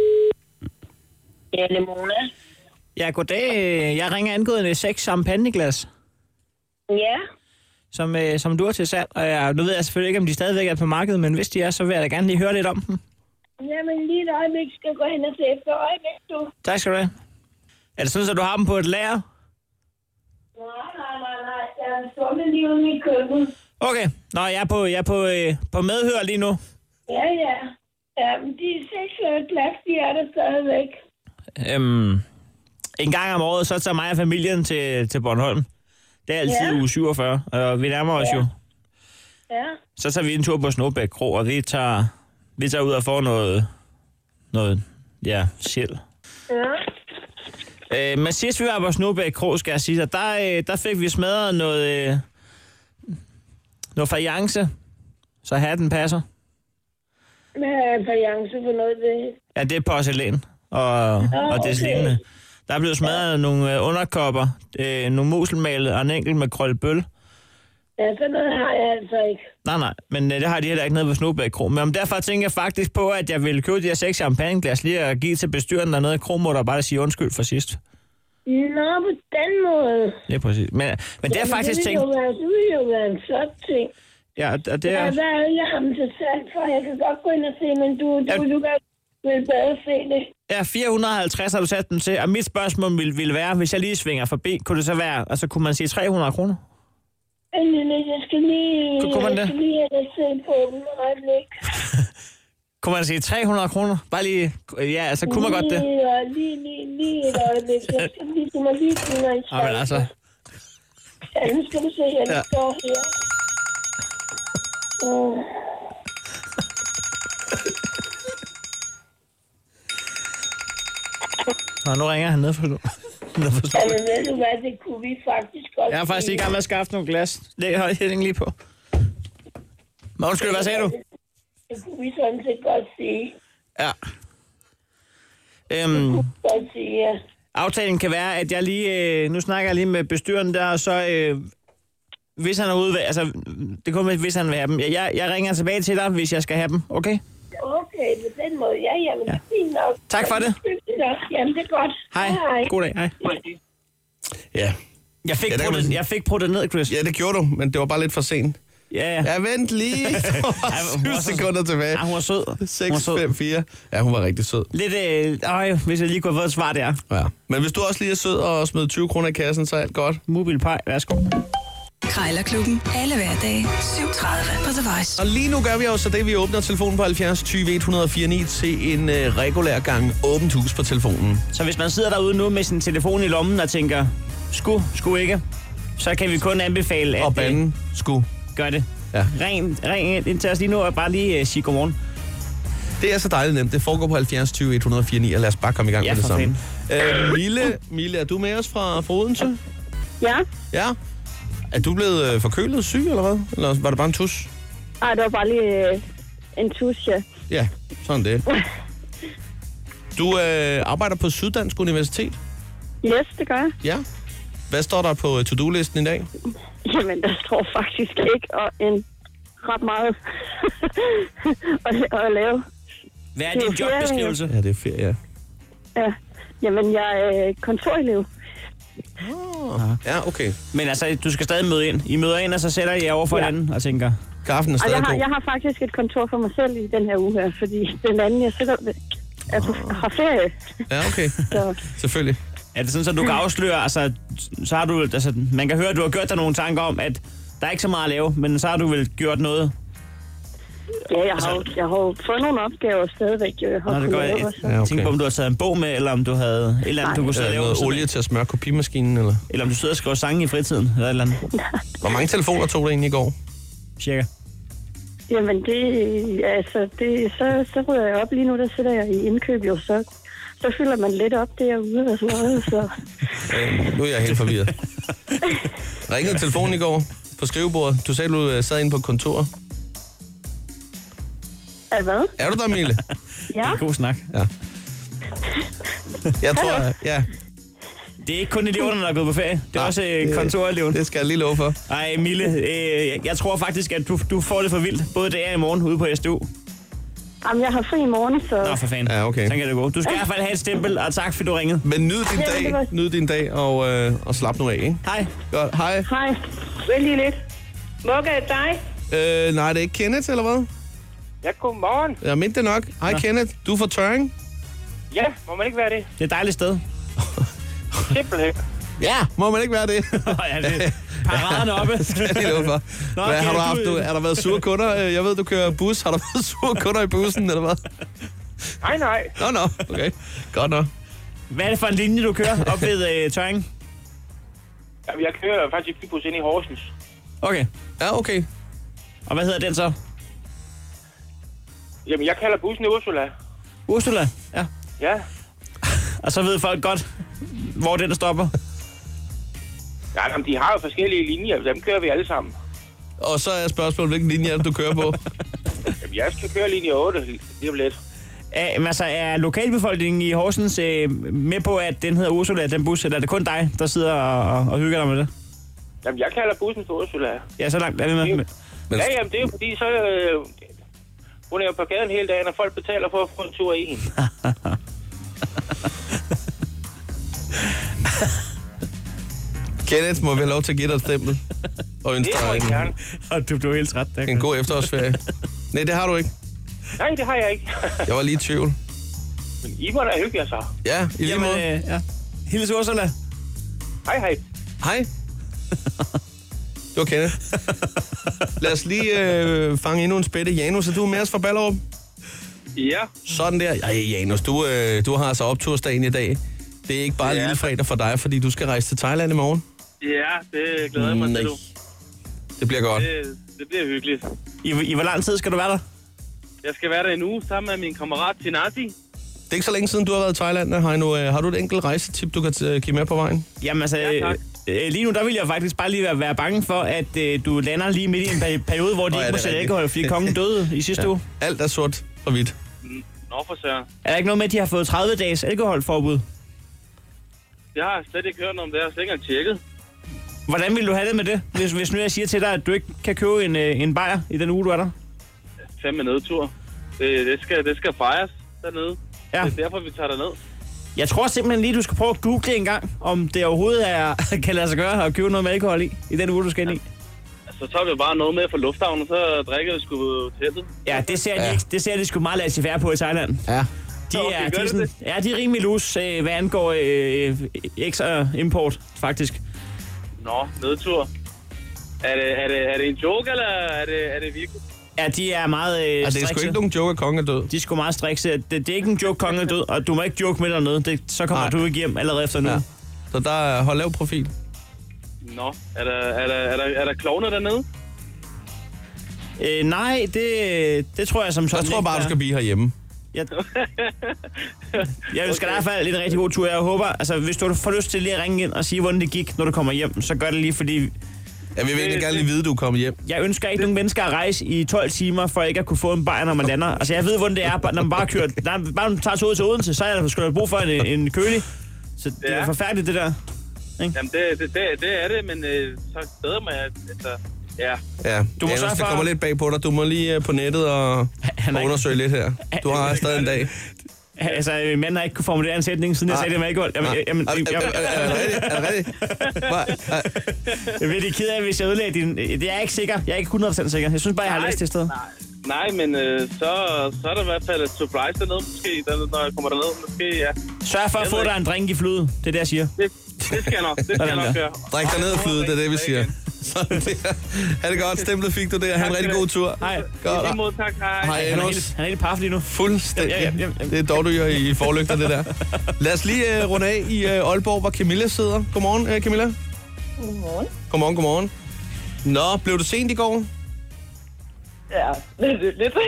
Ja, Lemona. Ja, goddag. Jeg ringer angående seks champagneglas, Ja, som, øh, som du har til salg. Og jeg, nu ved jeg selvfølgelig ikke, om de stadigvæk er på markedet, men hvis de er, så vil jeg da gerne lige høre lidt om dem. jamen lige et øjeblik skal jeg gå hen og se efter øjeblik, du. Tak skal du have. Er det sådan, at du har dem på et lager? Nej, nej, nej, nej. Jeg er stået lige ude i mit køkken. Okay. Nå, jeg er på, jeg er på, øh, på medhør lige nu. Ja, ja. Ja, men de seks øh, glas, de er der stadigvæk. Øhm, en gang om året, så tager mig og familien til, til Bornholm. Det er altid Ja. uge syvogfyrre, og vi nærmer os Ja. jo. Ja. Så tager vi en tur på Snobæk Kro, og vi tager, vi tager ud og får noget, noget, ja, chill. Ja. Øh, men sidst vi var på Snobæk Kro, skal jeg sige, at der, øh, der fik vi smadret noget, øh, noget fajance, så hatten passer. Hvad er fajance for noget det? Ja, det er porcelæn og, og okay. det lignende. Der er blevet smadret nogle øh, underkopper, øh, nogle muselmalet og en enkelt med krøllebøl. Ja, sådan noget har jeg altså ikke. Nej, nej, men øh, det har de heller ikke nede på Snobæk Kro. Men om derfor tænker jeg faktisk på, at jeg vil købe de her seks champagneglas lige og give til bestyreren dernede i Kromo, der bare sige undskyld for sidst. Nå, på den måde. Ja, præcis. Men, men det er faktisk det tænkt... vil jo være, det vil jo være en flot ting. Ja, og det Ja, er... hvad er jeg ham til salg for? Jeg kan godt gå ind og se, men du, Ja. du, du kan vel bedre se det. Ja, fire hundrede og halvtreds har du sat den til, og mit spørgsmål ville, ville være, hvis jeg lige svinger forbi, kunne det så være, altså kunne man sige tre hundrede kroner? Jeg skal lige, Kunne- kunne man jeg det? skal lige have det se på dem et øjeblik. Kunne man sige tre hundrede kroner? Bare lige, ja, altså kunne man godt det? Lige, og lige, lige, lige et øjeblik. Jeg skal lige, du må lige give mig en Ja, men altså, Ja, nu skal du se her, det Ja. står her. Uh. nå, nu ringer han ned for nu. Ned for Jamen, ved du hvad, det kunne vi faktisk godt Jeg er faktisk i gang med at skaffe nogle glas. Det har jeg lige på. Men undskyld, hvad sagde du? Det kunne vi sådan set godt sige. Ja. Øhm, Godt sige, ja. aftalen kan være, at jeg lige... Øh, nu snakker jeg lige med bestyreren der, og så... Øh, hvis han er ude... Altså, det kommer hvis han vil have dem. Jeg, jeg ringer tilbage til dig, hvis jeg skal have dem. Okay? Okay, på den måde. Ja, jamen, ja. Det er fint nok. Tak for det. Jamen, det er godt. Hej. God dag. Hej. Ja. Jeg fik, Ja, der kan pruttet, man- jeg fik pruttet ned, Chris. Ja, det gjorde du, men det var bare lidt for sent. Ja, ja. Ja, vent lige. Der var hun var syv så- sekunder tilbage. Ja, hun var sød. Hun var seks, sød. fem, fire. Ja, hun var rigtig sød. Lidt, øh, øj, hvis jeg lige kunne have fået et svar der. Ja. Men hvis du også lige er sød og smider tyve kroner i kassen, så er alt godt. Mobilpej, værsgo. Krejlerklubben. Alle hverdage. syv tredive på The Voice. Og lige nu gør vi jo så det, vi åbner telefonen på halvfjerds tyve et hundrede og fire ni til en øh, regulær gang åbent hus på telefonen. Så hvis man sidder derude nu med sin telefon i lommen og tænker, sku, sku ikke, så kan vi kun anbefale, at... Og banden, sku. Gør det. Ja. Ring, ring ind til os lige nu og bare lige uh, sige godmorgen. Det er så dejligt nemt. Det foregår på halvfjerds tyve et hundrede og fire ni, og lad os bare komme i gang Ja, med det for samme. Øh, Mille, Mille, er du med os fra, fra Odense? Ja. Ja. Er du blevet øh, forkølet syg, eller hvad? Eller var det bare en tus? Ej, det var bare lige øh, en tus, ja. Ja, sådan det. Du øh, arbejder på Syddansk Universitet? Yes, det gør jeg. Ja. Hvad står der på to-do-listen i dag? Jamen, der står faktisk ikke og en ret meget at, at lave. Hvad er din Det er ferie. jobbeskrivelse? Ja, det er ferie. Ja. Jamen, jeg er kontorelev. Oh. Ja, okay. Men altså, du skal stadig møde ind. I møder ind, og så sætter I jer over for Ja. hinanden og tænker... Kaffen er Og stadig jeg har, god. jeg har faktisk et kontor for mig selv i den her uge her, fordi den anden, jeg sidder ved, er på, har ferie. Ja, okay. Så, Selvfølgelig. Er det sådan, så du kan afsløre, altså, så har du, altså, man kan høre, at du har gjort dig nogle tanker om, at der er ikke så meget at lave, men så har du vel gjort noget? ja, jeg har, jo- jeg har jo fået nogle opgaver stadigvæk, jo, jeg har Nå, det kunnet går lave. jeg. Så. Ja, okay. Tænk på, om du har taget en bog med, eller om du havde et eller andet, du kunne sidde Er og der lave. noget sådan olie til at smøre kopimaskinen, eller? noget. Eller om du sidder og skriver sange i fritiden, eller et eller andet. Hvor mange telefoner tog du egentlig i går? Cirka. Jamen, det, altså, det, så, så rydder jeg op lige nu, der sidder jeg i indkøb, jo, så, så fylder man lidt op derude og sådan noget, så... Øh, nu er jeg helt forvirret. Ringede telefonen i går på skrivebordet. Du sagde, du øh, sad inde på kontor. Er hvad? Er du der, Mille? Det Ja, er en god snak. Ja. Jeg tror, ja. Det er ikke kun idioterne, der er gået på ferie. Det er Nej, også øh, det- kontoreleven. Det skal jeg lige love for. Ej, Mille, øh, jeg tror faktisk, at du, du får det for vildt. Både dag og i morgen ude på S D U. jamen, jeg har fri i morgen, så... Nå, for fanden. Ja, okay. Sådan kan det gå. Du skal i hvert fald have et stempel, og tak fordi du ringede. Men nyd din Ja, det dag, var- nyd din dag, og, øh, og slap nu af, ikke? Hej. Godt, hej. Hej. Vent lige lidt. Mugge, er det dig? Øh, nej, det er ikke Kenneth, eller hvad? Ja, godmorgen. Jeg mente det nok. Hej, Nå. Kenneth. Du er fra Tøring? Ja, må man ikke være det? Det er et dejligt sted. Simpelthen. Ja, må man ikke være det? ja, det er paraderne oppe. Skal jeg lige love for. Nå, Hvad, okay, har du haft, du- du, har der været sure kunder? Øh, Jeg ved, du kører bus. Har der været sure kunder i bussen, eller hvad? Nej, nej. Nå, nå. Okay. Godt nok. Hvad er det for en linje, du kører op ved øh, Tøring? Jamen, jeg kører faktisk bybus ind i Horsens. Okay. Ja, okay. Og hvad hedder den så? Jamen, jeg kalder bussen Ursula. Ursula? Ja. Ja. Og så ved folk godt, hvor den stopper. Ja, jamen, de har jo forskellige linjer. Dem kører vi alle sammen. Og så er spørgsmålet, hvilken linje er det, du kører på? Jamen, jeg skal køre linje otte lige om lidt. Er, altså, er lokalbefolkningen i Horsens øh, med på, at den hedder Ursula, den bus, eller er det kun dig, der sidder og, og, og hygger dig med det? Jamen, jeg kalder bussen for Ursula. Ja, så langt er vi med. Men, Ja, jamen, det er jo fordi, så... Øh, hun er jo på gaden hele dagen, og folk betaler for at få en tur i hende. Kenneth, må vi have lov til at give dig et stempel? Og ønske Det må jeg dig gerne. Og du blev helt træt. Der. en, en god efterårsferie. Nej, det har du ikke. Nej, det har jeg ikke. Jeg var lige i tvivl. Men I må da hygge jer så. Ja, i lige Jamen, måde. øh, ja. Hils Ursula. Hej, hej. Hej. Det var Kenneth. Lad os lige øh, fange endnu en spætte. Janus, er du med os fra Ballerup? Ja. Sådan der. Ej, Janus, du, øh, du har altså optursdagen i dag. Det er ikke bare Ja. lille fredag for dig, fordi du skal rejse til Thailand i morgen. Ja, det glæder jeg mig Nej. til, du. Det bliver godt. Det, det bliver hyggeligt. I, I hvor lang tid skal du være der? Jeg skal være der en uge sammen med min kammerat Tinati. Det er ikke så længe siden, du har været i Thailand. Heino, øh, har du et enkelt rejsetip, du kan t- give med på vejen? Jamen altså, Ja, tak. øh, lige nu der vil jeg faktisk bare lige være, være bange for, at øh, du lander lige midt i en peri- periode, hvor de Nå, ja, ikke må det er sælge rigtigt. alkohol, fordi kongen døde i sidste ja. uge. Alt er sort og hvidt. Nå, for søren. Er der ikke noget med, at de har fået tredive dages alkoholforbud? Jeg har slet ikke hørt noget om det. Jeg har slet ikke engang tjekket. Hvordan vil du have det med det, hvis, hvis nu jeg siger til dig, at du ikke kan købe en, øh, en bajer i den uge, du er der? Fem med nedtur. Det, det, skal, det skal fejres dernede. Ja. Det er derfor, vi tager derned. Jeg tror simpelthen lige, du skal prøve at google en gang, om det overhovedet er, kan lade sig gøre at købe noget med alkohol i, i den uge, du skal ind i. Så tager vi bare noget med fra lufthavnen, og så drikker vi sgu teltet. Ja, det ser, Ja. de, det ser de sgu meget lade sig færre på i Thailand. Ja. De Okay, er, gør de er, det sådan, det? ja, de er rimelig loose, øh, hvad angår øh, ekstra import, faktisk. Nå, nedtur. Er det, er, det, er det en joke, eller er det, er det virkelig? Ja, de er meget øh, altså, det er sgu ikke nogen joke, at kongen er død. De er sgu meget strikse. Det, det er ikke en joke, kongen er død, og du må ikke joke med dig noget. Det, så kommer Nej. du ikke hjem allerede efter nu. Ja. Så der er hold lav profil. Nå, er der, er der, er der, er der klovner dernede? Øh, nej, det, det tror jeg som sådan. Jeg tror bare, du skal blive herhjemme. Jeg, jeg ønsker okay. i hvert fald en rigtig god tur. Jeg håber, altså hvis du får lyst til lige at ringe ind og sige, hvordan det gik, når du kommer hjem, så gør det lige, fordi... Ja, vi vil egentlig gerne lige vide, at du er kommet hjem. Jeg ønsker ikke nogen mennesker at rejse i tolv timer, for ikke at kunne få en bajer, når man lander. Altså, jeg ved, hvordan det er, når man bare kører... Når man bare tager sig ud til Odense, så er der sgu da brug for en, en kølig. Så det ja. er forfærdeligt, det der. Ikke? Jamen, det, det, det, det er det, men øh, så steder mig, at... Altså, ja. Ja, du må ja, det kommer lidt bag på dig. Du må lige på nettet og, og undersøge lidt her. Du har stadig en dag. Altså, manden har ikke kunne formulere en sætning, siden jeg sagde det med ikke godt. Jamen, jamen, er det rigtigt? Er det rigtigt? Jeg bliver ked af, hvis jeg ødelagde din... Det er jeg ikke sikker. Jeg er ikke hundrede procent sikker. Jeg synes bare, jeg har læst det i stedet. Nej, men øh, så, så er der i hvert fald et surprise dernede, måske, når jeg kommer derned. Måske, ja. Sørg for at få dig en drink i flyet. Det er det, jeg siger. Det, det skal jeg nok. Det skal jeg nok gøre. Drik dig ned i flyet, det er det, vi siger. Sådan der. Ha' det godt. Stemplet fik du der. Ha' en rigtig god tur. Hej. Godt. I mod, tak. Hej. Hej, han, er helt, han er helt paf lige nu. Fuldstændig. Ja, ja, ja, ja. Det er dog, du gør i forlygter, det der. Lad os lige uh, runde af i uh, Aalborg, hvor Camilla sidder. Godmorgen, uh, Camilla. Godmorgen. Godmorgen, godmorgen. Nå, blev du sent i går? Ja, lidt. lidt.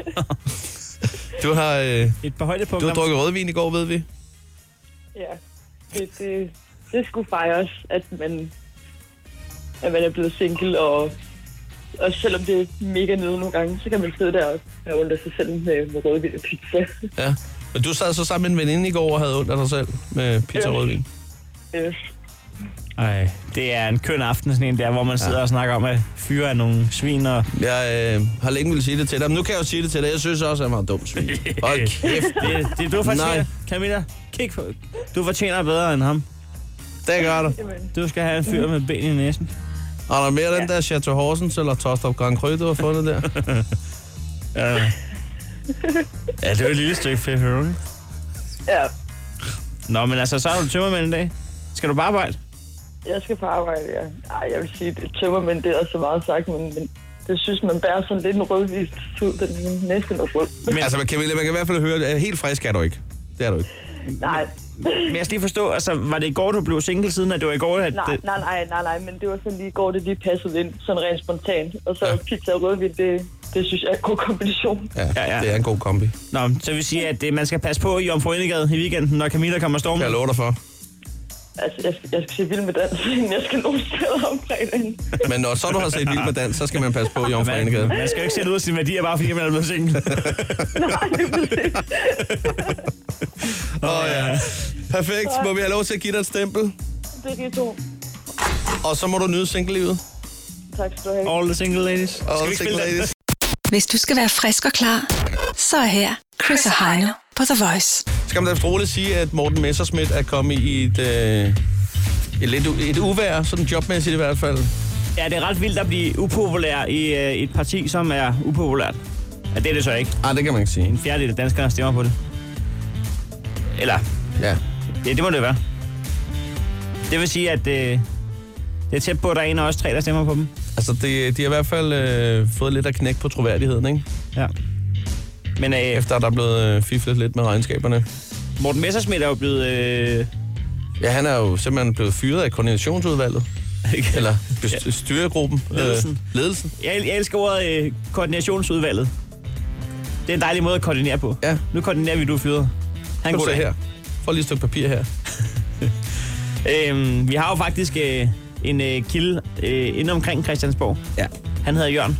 Du har, uh, Et par højdepunkter. Du har drukket rødvin i går, ved vi. Ja, det, det, det skulle fejres, at man, at man er blevet single, og, og selvom det er mega nede nogle gange, så kan man sidde der og have ondt af sig selv med, med rødvin og pizza. Ja, men du sad så sammen med en veninde i går og havde ondt af dig selv med pizza og rødvin. Yes. Ej, det er en køn aften, sådan en der, hvor man sidder ja. og snakker om at fyre af nogle svin og... Jeg øh, har længe ville sige det til dig, men nu kan jeg jo sige det til dig. Jeg synes også, at han var en dum svin. Hold kæft. Det, det du fortjener, Camilla. Kig på. Du fortjener bedre end ham. Det gør du. Du skal have en fyr med ben i næsen. Og der er mere ja. den der Chateau Horsens eller Tostrup Grand Cru, du har fundet der. ja. ja, det var et lille stykke fedt, hører du? Ja. Nå, men altså, så er du tømmermænd en dag. Skal du bare arbejde? Jeg skal på arbejde, ja. Ej, jeg vil sige, det tømmermænd, det er så meget sagt, men, men det synes man bærer sådan lidt en rødvist ud, den næsten er rød. Men altså, man kan, man kan i hvert fald høre, at helt frisk er du ikke. Det er du ikke. Nej. Men jeg skal lige forstå, altså, var det i går, du blev single, siden at det var i går? At nej, nej, nej, nej, nej, men det var sådan lige i går, det lige passede ind, sådan rent spontant. Og så ja. pizza og rødvin, det, det synes jeg er en god kombination. Ja, ja, ja. Det er en god kombi. Nå, så vil sige, at det, man skal passe på i Jomfru Ane-Gade i weekenden, når Camilla kommer stormen. Jeg lover dig for. Altså, jeg skal, jeg skal se Vild med Dans, inden jeg skal nogle steder om fredagen. Men når så du har set Vild med Dans, så skal man passe på i Jomfru Ane-Gade. Man skal jo ikke sætte ud af sine værdier, bare fordi man er blevet single. Nej, det er præcis. Åh oh, ja. Perfekt. Må vi have lov til at give dig et stempel? Det er to. Og så må du nyde single-livet. Tak skal du have. All the single ladies. All the single ladies. Hvis du skal være frisk og klar, så er her Chris og Heino på The Voice. Skal man da roligt sige, at Morten Messerschmidt er kommet i et, øh, et, lidt, et uvejr, sådan jobmæssigt i hvert fald? Ja, det er ret vildt at blive upopulær i øh, et parti, som er upopulært. Ja, det er det så ikke. Ah, det kan man ikke sige. En fjerdedel af danskere stemmer på det. Eller? Ja. Ja, det må det være. Det vil sige, at øh, det er tæt på, at der er en af os tre, der stemmer på dem. Altså, de, de har i hvert fald øh, fået lidt af knæk på troværdigheden, ikke? Ja. Men, øh, efter at der er blevet øh, fiflet lidt med regnskaberne. Morten Messerschmidt er jo blevet... Øh... Ja, han er jo simpelthen blevet fyret af koordinationsudvalget. Eller bestyr- styregruppen. Ledelsen. Øh, ledelsen. Jeg, jeg elsker ordet øh, koordinationsudvalget. Det er en dejlig måde at koordinere på. Ja. Nu koordinerer vi, du er fyret. Han går her. Få lige et stykke papir her. øhm, vi har jo faktisk øh, en øh, kilde øh, inde omkring Christiansborg. Ja. Han hedder Jørgen.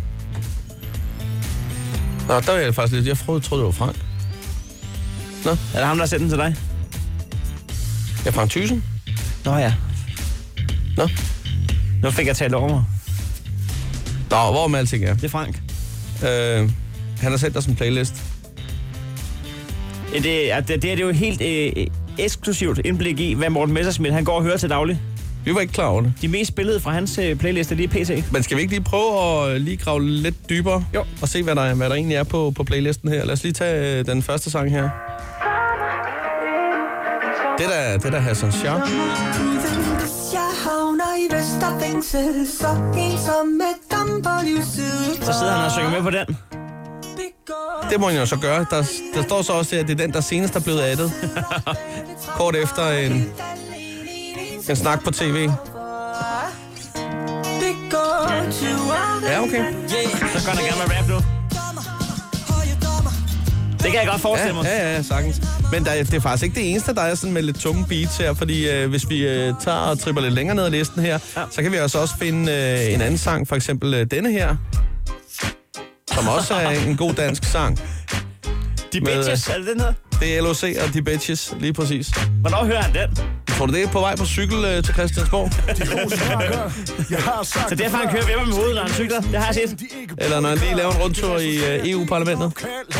Nå, der var jeg faktisk lidt. Jeg troede, det var Frank. Nå. Er det ham, der har sendt den til dig? Ja, Frank Thyssen. Nå ja. Nå. Nu fik jeg talt over mig. Nå, hvor med alting er. Det er Frank. Øh, han har sendt os en playlist. Det, det, det, det er jo helt øh, eksklusivt indblik i, hvad Morten Messerschmidt han går og hører til daglig. Vi var ikke klar over det. De mest spillede fra hans øh, playlist er lige P C. Men skal vi ikke lige prøve at lige grave lidt dybere? Jo. Og se, hvad der, hvad der egentlig er på, på playlisten her. Lad os lige tage øh, den første sang her. Det er da, det er da Hassan Shah. Jeg havner i Vesterfængsel, så ensom med damper livssiden. Så sidder han og synger med på den. Det må han jo så gøre. Der, der står så også, at det er den, der senest er blevet addet. Kort efter en, en snak på tv. Ja, okay. Så går han gerne med rap nu. Det kan jeg godt forestille mig. Ja, ja, ja, sagtens. Men der, det er faktisk ikke det eneste, der er sådan med lidt tunge beats her, fordi øh, hvis vi øh, tager og tripper lidt længere ned ad listen her, ja. så kan vi altså også finde øh, en anden sang, for eksempel øh, denne her, som også er en god dansk sang. De Bitches, er det den her? Det er L O C og De Bitches, lige præcis. Hvornår hører han den? Tror du, det er på vej på cykel øh, til Christiansborg? Så derfor han kører vipper med hovedet, når han cykler. Det har jeg set. Eller når han lige laver en rundtur i øh, E U-parlamentet?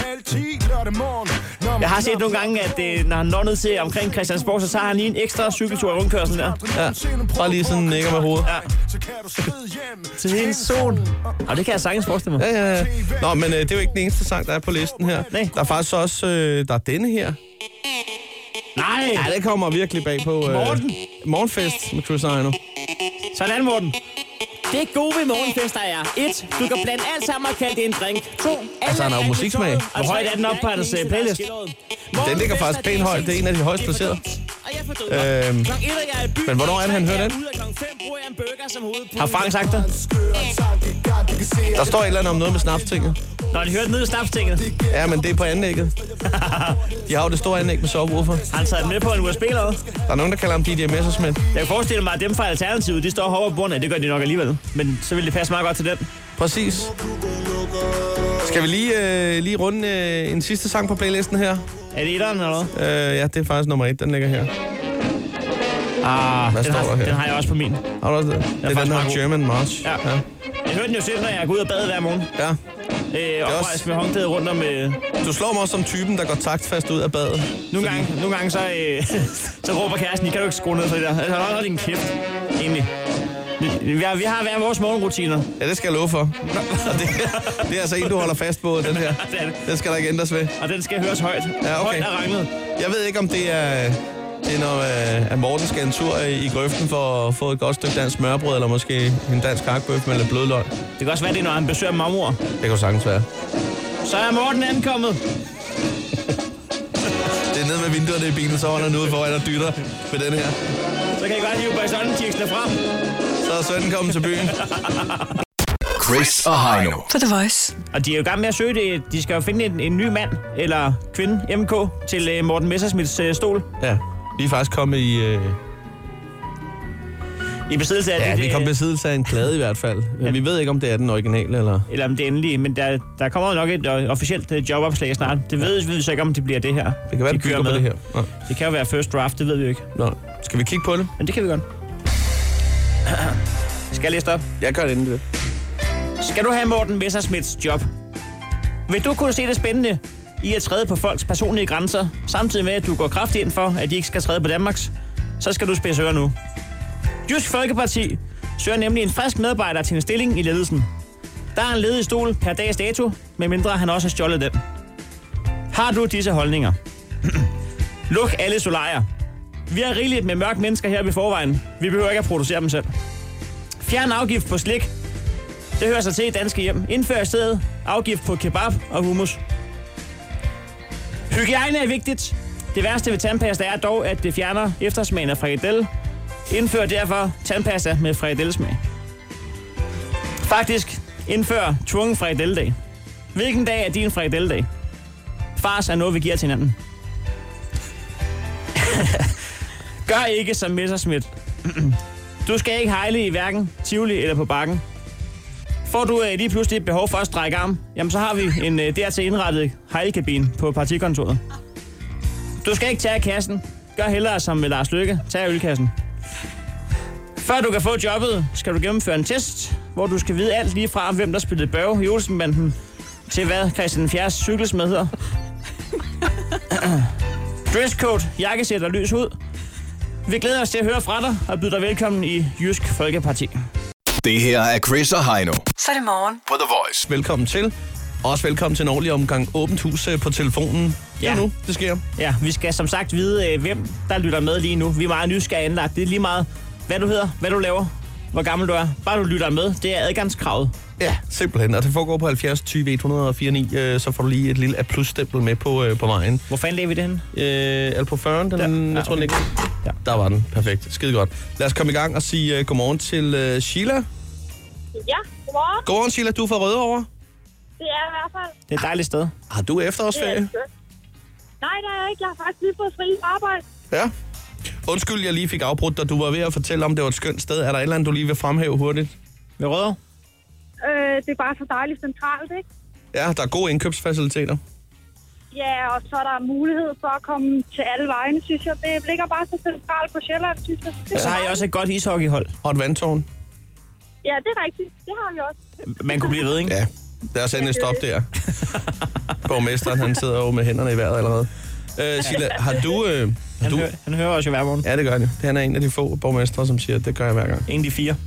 Jeg har set nogle gange, at øh, når han når ned til omkring Christiansborg, så tager han lige en ekstra cykeltur i rundkørslen der. Ja, bare lige sådan nikker med hovedet. Ja. Til en sol. Og det kan jeg sagtens forestille mig. Ja, ja, ja. Nå, men øh, det er jo ikke den eneste sang, der er på listen her. Nej. Der er faktisk også, øh, der er denne her. Nej! Ja, det kommer virkelig bag på... Øh, Morten. Morgenfest med Chris og Heino. Sådan, Morten. Det gode ved morgenfester er et. Du kan blande alt sammen og kalde det en drink. To. Altså, han har jo musiksmag. Hvor højt er den op på hans uh, playlist? Den ligger faktisk pænt højt. Det er en af de højst placerede. Øhm, men hvornår er det, han hører den? Har Frank sagt det? Der står et eller andet om noget med snapstinget. Når de hører det nede i snapstinget? Ja, men det er på anlægget. De har jo det store anlæg med subwoofer. Han tager den med på en U S B-lade. Der er nogen, der kalder ham D J Messerschmidt. Jeg kan forestille mig, at dem fra Alternativet, de står hårdere på bunden. Det gør de nok alligevel. Men så vil det passe meget godt til den. Præcis. Skal vi lige, øh, lige runde øh, en sidste sang på playlisten her? Er det etteren eller hvad? Øh, ja, det er faktisk nummer et. Den ligger her. Ah, Hvad den, står har, der her? den har jeg også på min. Har du også det? Det er den her German March. Ja. ja. Jeg hører den jo selv, når jeg går ud og bade hver morgen. Ja. Øh, og også... med håndklædet rundt om... Øh... Du slår mig også som typen, der går taktfast ud af badet. Nogle gange, nogle gange så, øh, så råber kæresten, I kan du ikke skrue ned for det der. Altså, hold din kæft, egentlig. Vi har, vi har hver vores morgenrutiner. Ja, det skal jeg love for. det, det er altså en, du holder fast på, den her. det det. Den skal der ikke ændres ved. Og den skal høres højt. Ja, okay. Højt og ranglet. Jeg ved ikke, om det er... Det er, når at Morten skal en tur i, i grøften for at få et godt stykke dansk smørbrød, eller måske en dansk hakbøf med lidt blødløg. Det kan også være, det er, når han besøger mormor. Det kan jo sagtens være. Så er Morten ankommet. Det er nede med vinduerne i bilen, så holder han ude foran og dytter med den her. Så kan I godt hive bajsonne-tiksene frem. Så er sønnen kommet til byen. Chris og Heino. For The Voice. Og de er jo i gang med at søge det. De skal jo finde en, en ny mand, eller kvinde, M K, til uh, Morten Messerschmidts uh, stol. Ja. Vi er faktisk kommet i... Øh... I besiddelse af ja, det... vi kom i besiddelse af en plade i hvert fald. Men ja. Vi ved ikke, om det er den originale, eller... Eller om det er endelige, men der, der kommer nok et uh, officielt uh, jobopslag snart. Det ved vi så ikke, om det bliver det her. Det kan være, de det bygger på det her. Ja. Det kan jo være first draft, det ved vi jo ikke. Nå. Skal vi kigge på det? Men det kan vi godt. Skal jeg læse op? Jeg gør det inden det. Skal du have Morten Messerschmidts job? Vil du kunne se det spændende i at træde på folks personlige grænser, samtidig med, at du går kraftigt ind for, at de ikke skal træde på Danmarks, så skal du spidse ører nu. Jysk Folkeparti søger nemlig en frisk medarbejder til en stilling i ledelsen. Der er en ledig stol per dags dato, medmindre han også har stjålet den. Har du disse holdninger? Luk alle solarier. Vi har rigeligt med mørke mennesker her ved forvejen. Vi behøver ikke at producere dem selv. Fjern afgift på slik. Det hører sig til i danske hjem. Indfør i stedet afgift på kebab og hummus. Hygiejne er vigtigt. Det værste ved tandpasta er dog, at det fjerner eftersmagen af frikadelle. Indfør derfor tandpasta med frikadellesmag. Faktisk indfør tvungen frikadelledag. Hvilken dag er din frikadelledag? Fars er noget, vi giver til hinanden. Gør ikke som Messerschmidt. Du skal ikke hejle i hverken Tivoli eller på Bakken. Får du uh, lige pludselig et behov for at strække arm, jamen så har vi en uh, dertil indrettet hejlekabine på partikontoret. Du skal ikke tage kassen. Gør hellere som med Lars Løkke. Tag ølkassen. Før du kan få jobbet, skal du gennemføre en test, hvor du skal vide alt lige fra, hvem der spillede Børge i Olsenbanden, til hvad Christian den fjerdes cykelsmed hedder. Dresscode, jakkesæt og lys hud. Vi glæder os til at høre fra dig og byder dig velkommen i Jysk Folkeparti. Det her er Chris og Heino. Så er det morgen på The Voice. Velkommen til. Også velkommen til en ordentlig omgang åbent hus på telefonen. Ja, nu, det sker. Ja, vi skal som sagt vide, hvem der lytter med lige nu. Vi er meget nysgerrige anlagt. Det er lige meget, hvad du hedder, hvad du laver, hvor gammel du er. Bare du lytter med, det er adgangskravet. Ja, simpelthen. Og det foregår på halvfjerds tyve et hundrede og fire ni, øh, så får du lige et lille A plus stempel med på, øh, på vejen. Hvor fanden lægger vi det henne? Øh, eller på fyrren, den, ja, jeg tror okay. den ikke. Ja. Der var den. Perfekt. Skide godt. Lad os komme i gang og sige uh, godmorgen til uh, Sheila. Ja, godmorgen. Godmorgen, Sheila. Du er fra Rødovre. Det er i hvert fald. Det er et dejligt sted. Har du efterårsferie? Nej, det er jeg ikke. Jeg har faktisk lige fået fri arbejde. Ja. Undskyld, jeg lige fik afbrudt dig. Du var ved at fortælle om, det var et skønt sted. Er der et eller andet, du lige vil fremhæve hurtigt? Ved Rødovre? Øh, det er bare så dejligt centralt, ikke? Ja, der er gode indkøbsfaciliteter. Ja, og så er der mulighed for at komme til alle vejene, synes jeg. Det ligger bare så centralt på Sjælland, synes jeg. Ja. Så har jeg også et godt ishockeyhold. Og et vandtårn. Ja, det er rigtigt. Det har vi også. Man kunne blive ved, ikke? Ja, lad os endelig stoppe der. Borgmesteren, han sidder jo med hænderne i vejret allerede. Øh, Sheila, har du... Øh, har han, du... Hører, han hører også jo hver morgen. Ja, det gør han jo. Han er en af de få borgmestre, som siger, at det gør jeg hver gang. En af de fire.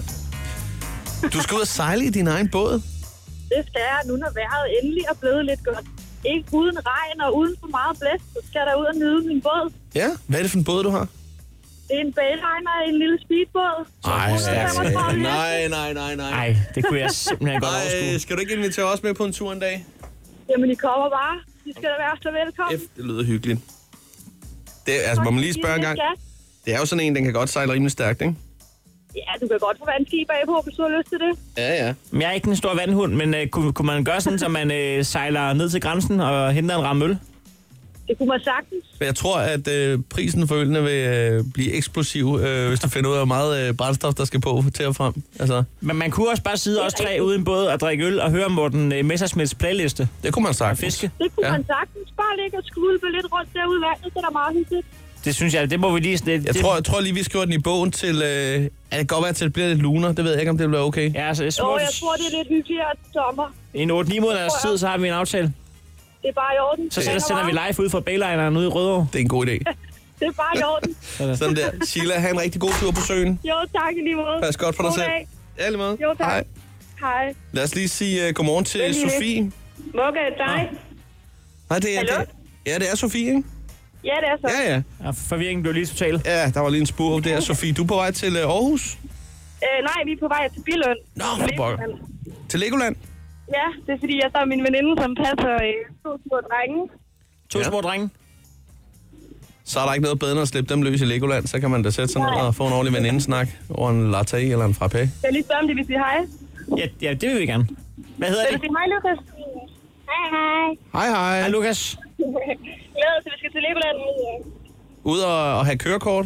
Du skal ud og sejle i din egen båd? Det skal jeg nu, når vejret endelig er blevet lidt godt. Ikke uden regn og uden for meget blæst, så skal jeg ud og nyde min båd. Ja, hvad er det for en båd, du har? Det er en bayliner, en lille speedbåd. Ej, nej, nej, nej, nej. Ej, det kunne jeg simpelthen godt overskue. Skal du ikke invitere os med på en tur en dag? Jamen, I kommer bare. I skal da være så velkommen. F, det lyder hyggeligt. Det, altså, må man lige spørge en gang. Det er jo sådan en, den kan godt sejle rimelig stærkt, ikke? Ja, du kan godt få vandski bagpå, hvis du har lyst til det. Ja, ja. Men jeg er ikke en stor vandhund, men uh, kunne, kunne man gøre sådan, så man uh, sejler ned til grænsen og henter en ramme øl? Det kunne man sagtens. Jeg tror, at øh, prisen for ølene vil øh, blive eksplosiv, øh, hvis du finder ud af, hvor meget øh, brændstof, der skal på til og frem. Altså. Men man kunne også bare sidde os tre uden båd og drikke øl og høre Morten øh, Messersmiths playliste. Det kunne man sagtens. Fiske. Det kunne ja. man sagtens. Bare ligge og skvulpe lidt rundt derude i vandet, det er da meget hyggeligt. Det synes jeg, det må vi lige... Det, jeg, det... tror, jeg tror lige, vi skriver den i bogen til... Øh, det kan godt være, til det bliver lidt luner. Det ved jeg ikke, om det bliver okay. Ja, altså, små... Jo, jeg tror, det er lidt hyggeligere til sommer. En otte ni måneders tid, så har vi en aftale. Det er bare i orden. Så sender, sender vi live ud fra Baylineren ude i Rødovre. Det er en god idé. Det er bare i orden. Sådan der. Sheila, have en rigtig god tur på søen. Jo, tak i lige måde. Pas godt for dig selv. Ja, lige måde. Jo, tak. Hej. Hej. Lad os lige sige uh, godmorgen til Veldig Sofie. Mugge, dig. Nej, det er... Hallo? Det, ja, det er Sofie, ikke? Ja, det er så. Ja, ja. ja forvirringen blev lige total. Ja, der var lige en spur. Det er Sofie. Du er på vej til uh, Aarhus? Øh, nej, vi er på vej til Billund. Nå, for pokker. Til Legoland? Ja, det er fordi, jeg står med min veninde, som passer øh, to små drenge. To ja. små drenge? Så er der ikke noget bedre end at slippe dem løs i Legoland. Så kan man da sætte sig ned og få en ordentlig venindesnak over en latte eller en frappé. Jeg vil lige spørge, om de vil sige hej. Ja, ja, det vil vi gerne. Hvad hedder det? Vil du sige hej, Lukas? Hej, hej. Hej, hej. Hej, Lukas. Glæder til, vi skal til Legoland. Ud og, og have kørekort?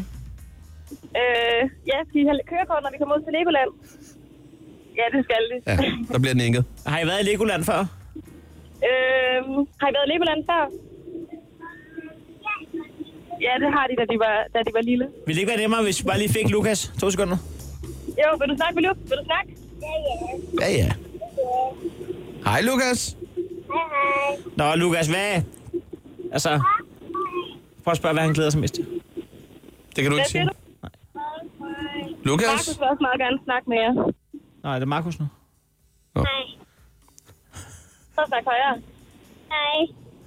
Øh, ja, vi har kørekort, når vi kommer ud til Legoland. Ja, det skal de. Ja, der bliver nikket. Har I været i Legoland før? Øh, har I været i Legoland før? Ja, det har de, da de var, da de var lille. Vil det ikke være nemmere, hvis vi bare lige fik Lukas? To sekunder. Jo, vil du snakke med Lukas? Vil du snakke? Ja, ja. Hej, Lukas. Hej, hej. Nå, Lukas, hvad? Altså, prøv at spørge, hvad han glæder sig mest til. Det kan du ikke sige. Nej. Lukas? Markus vil også meget gerne snakke med jer. Nej, det er Markus nu. Nå. Hej. Så snak højere. Hej.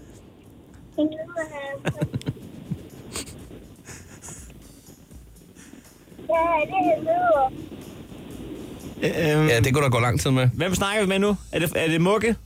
Øhm, ja, det kunne da gå lang tid med. Hvem snakker vi med nu? Er det, er det Mugge?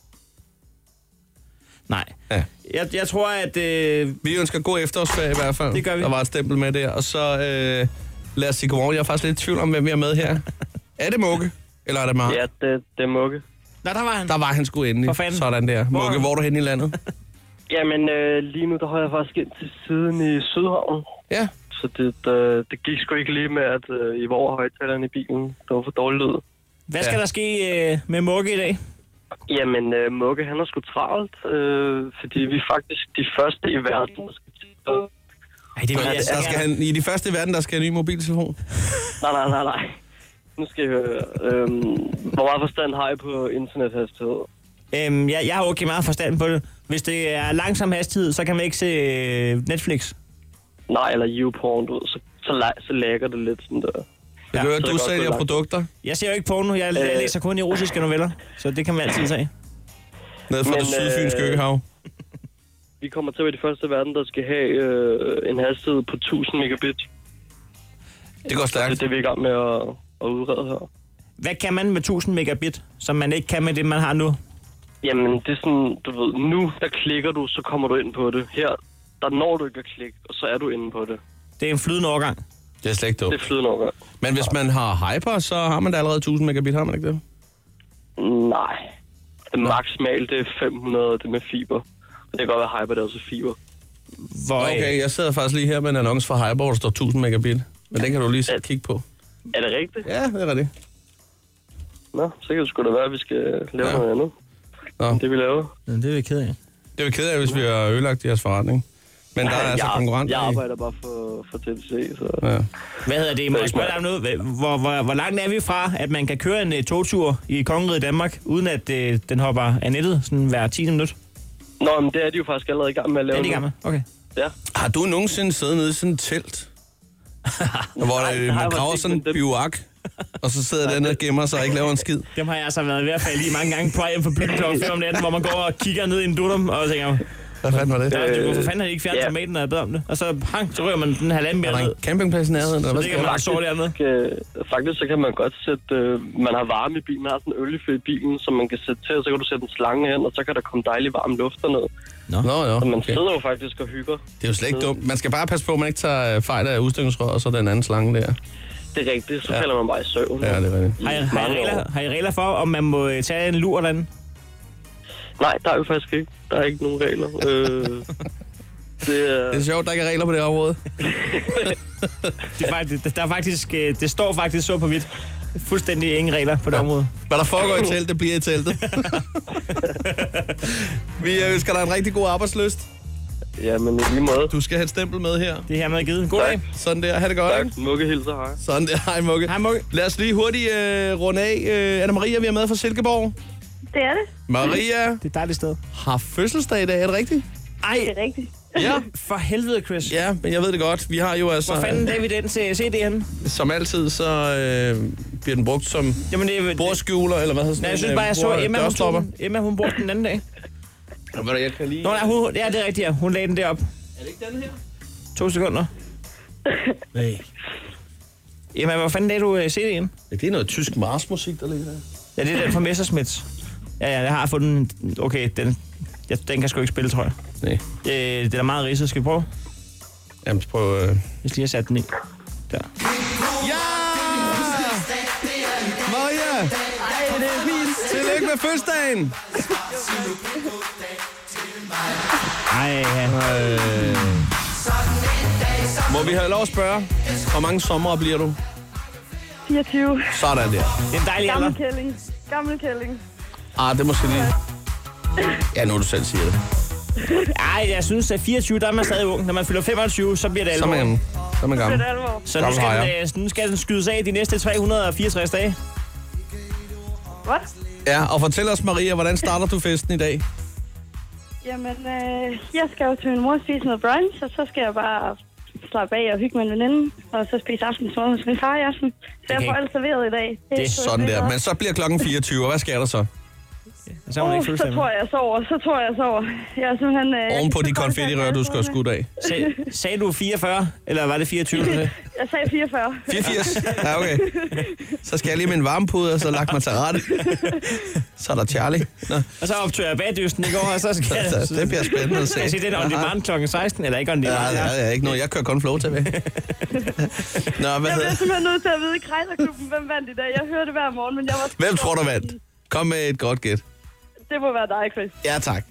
Nej. Ja. Jeg, jeg tror, at... Øh... Vi ønsker god efterårsferie i hvert fald. Det gør vi. Der var et stempel med der. Og så øh, lad os sige godmorgen. Jeg er faktisk lidt i tvivl om, hvem vi er med her. Er det Mugge? Eller er det Mark? Ja, det, det er Mugge. Nå, der var han. Der var han sgu endelig. Sådan der. Hvor? Mugge, hvor er du henne i landet? Jamen, øh, lige nu der har jeg faktisk ind til siden i Sydhavn. Ja. Så det, det, det gik sgu ikke lige med, at øh, I var over højtalerne i bilen. Det var for dårligt lyd. Hvad skal ja. der ske øh, med Mugge i dag? Jamen, øh, Mugge, han er sgu travlt, øh, fordi vi er faktisk de første i verden, der skal til. Ej, det vil jeg, der skal han, I de første i verden, der skal have en ny mobiltelefon? Nej, nej, nej, nej. Nu skal I høre. Øh, hvor meget forstand har I på internethastighed? Øhm, jeg, jeg har okay meget forstand på det. Hvis det er langsom hastighed, så kan man ikke se øh, Netflix. Nej, eller YouPorn, du ved, så, så, så lægger det lidt sådan der. Ja, hører, du sælger produkter? Jeg ser jo ikke porno, jeg, jeg læser kun erotiske noveller, så det kan man altid tage. Nede fra Men, det sydfynske øh, øhav. Vi kommer til at være de første i verden, der skal have øh, en hastighed på tusind megabit. Det går stærkt. Det er det, vi er i gang med at, at udrede her. Hvad kan man med tusind megabit, som man ikke kan med det, man har nu? Jamen, det er sådan, du ved, nu der klikker du, så kommer du ind på det. Her, der når du ikke at klikke, og så er du inde på det. Det er en flydende overgang. Det er slet ikke dumt. Det er flydende overgang. Men hvis man har hyper, så har man da allerede tusind megabit, har man ikke det? Nej. Det maksimalt, det er fem hundrede, det med fiber. Det kan godt være hyper, det er også fiber. Hvor, okay, jeg sidder faktisk lige her med en annonce fra hyper, hvor der står tusind megabit. Men den kan du lige sætte kigge på. Er det rigtigt? Ja, det er rigtigt. Nå, så kan det sgu da være, at vi skal lave ja. noget andet. Nå. Det vi laver. Ja, det er vi ked af. Det er vi ked af, hvis vi har ødelagt jeres forretning. Men der er altså jeg, konkurrenter. Jeg arbejder bare for, for T D C, så... Ja. Hvad hedder det? Må jeg spørge dig om noget? Hvor, hvor, hvor langt er vi fra, at man kan køre en uh, togtur i Kongeriget Danmark, uden at uh, den hopper af nettet sådan hver tiende minut? Nå, men det er de jo faktisk allerede i gang med at lave. Er de i gang med? Okay. Ja. Har du nogensinde siddet nede i sådan et telt? hvor Nej, der, man graver sådan en biwak, og så sidder den og gemmer sig og ikke laver en skid? Dem har jeg altså været ved at falde i mange gange på hjem for byen klokken fem om natten, hvor man går og kigger ned i en dudum og tænker... Hvad fanden var det? Der, hvorfor fanden har de ikke fjernet Ja. tomaten, når jeg bad om det? Og så, hang, så rører man den halvanden mere Er der ned. en campingplads i nærheden? Eller hvad Så skal ligger man jeg? og sover dernede. Øh, faktisk så kan man godt sætte... Øh, man har varme i bilen, man har sådan en oliefed i bilen, som man kan sætte til, og så kan du sætte en slange hen, og så kan der komme dejlig varm luft derned. Nå, Nå jo. Så man Okay. sidder jo faktisk og hygger. Det er jo slet ikke dumt. Man skal bare passe på, at man ikke tager øh, fejl af udstykningsrør, og så den anden slange der. Det er rigtigt, så Ja. falder man bare i søvn. Ja, det er rigtigt. Har I, har, I regler, har I regler for, om man må øh, tage en lur eller andet? Nej, der er jo faktisk ikke. Der er ikke nogen regler. øh, det er... Det er sjovt, der ikke er regler på det område. Det er faktisk, der er faktisk, øh, det står faktisk så på hvidt. Fuldstændig ingen regler på det Ja. område. Hvad der foregår i teltet, bliver i teltet. Vi øh, ønsker dig en rigtig god arbejdsløst. Jamen, i lige måde. Du skal have et stempel med her. Det er hermed givet. God dag. Sådan der. Ha' det godt. Tak. Mugge hilser, hej. Sådan der. Hej, Mugge. Hej, Mugge. Lad os lige hurtigt øh, runde af. Øh, Anna-Maria, vi er med fra Silkeborg. Det er det. Maria Det er et dejligt sted. har fødselsdag i dag, er det rigtigt? Ej, Det er rigtigt. Ja. for helvede, Chris. Ja, men jeg ved det godt. Vi har jo altså... Hvor fanden er vi den til C D henne? Som altid, så øh, bliver den brugt som Jamen, det, det, bordskjuler, eller hvad hedder sådan nej, jeg synes en, bare, jeg så bord- Emma, hun, dørstopper. tog, den- Emma, hun brugte den anden dag. Og hvad der, jeg kan lige... Nå, nej, hun, ja, det er rigtigt, ja. Hun lagde den derop. Er det ikke den her? To sekunder. Nej. Emma, hvor fanden lagde du uh, C D'en? Ja, det er noget tysk marsmusik, der ligger der. Ja, det er den fra Messerschmitts. Ja, ja, jeg har fået den. Okay, den, ja, den kan sgu ikke spille, tror jeg. Nej. Øh, det er da meget ridset. Skal vi prøve? Jamen, prøv... Øh... Hvis lige har sat den i. Der. Ja! Maria! Ej, det er fint. Tillykke med fødselsdagen! Ej, ja. Øh... Må vi have lov at spørge, hvor mange sommer bliver du? fireogtyve. Sådan der. Det er en dejlig Gammel alder. kælling. Gammel kælling. Ah, det måske lige... Ja, nu du selv siger det. Ej, jeg synes, at fireogtyve, der er man stadig ung. Når man fylder femogtyve, så bliver det Så er alvor. man, så er man Det er gammel. det alvor. Så nu Gammel skal, hajer. den, øh, nu skal den skydes af de næste tre hundrede og fireogtres dage. What? Ja, og fortæl os, Maria, hvordan starter du festen i dag? Jamen, øh, jeg skal jo til min mor spise noget brunch, og så skal jeg bare slappe af og hygge med en veninde, og så spise aftensmad hos min far i aften. Så jeg Okay. får alt serveret i dag. Det er sgu sådan lidt der. godt. Men så bliver klokken fireogtyve, og hvad sker der så? Så er hun Uh, ikke så fuldstændig. tror jeg, jeg sover. Så tror jeg, jeg sover. Jeg er simpelthen... Øh, Oven på jeg de kan konfettirør, du skal have skudt af. Sag, sagde du fireogfyrre, eller var det fireogtyve? du sagde? Jeg sagde fireogfyrre. fireogfirs? Ja, okay. Så skal jeg lige med en varmepude, og så lagt mig til rette. Så er der Charlie. Nå. Og så optog jeg bagdysten i går, og så skal jeg... Det bliver spændende at se. Skal jeg se den on demand klokken seksten, eller ikke on Ja, demand? ja, ja, ikke noget. Jeg kører kun flow tilbage. Nå, hvad Jeg bliver hedder simpelthen nødt til at vide i Krejlerklubben, hvem vandt i dag. Jeg hører det hver morgen, men jeg var... Hvem tror du vandt? Kom med et godt gæt. Det må være dig, Chris. Ja, tak.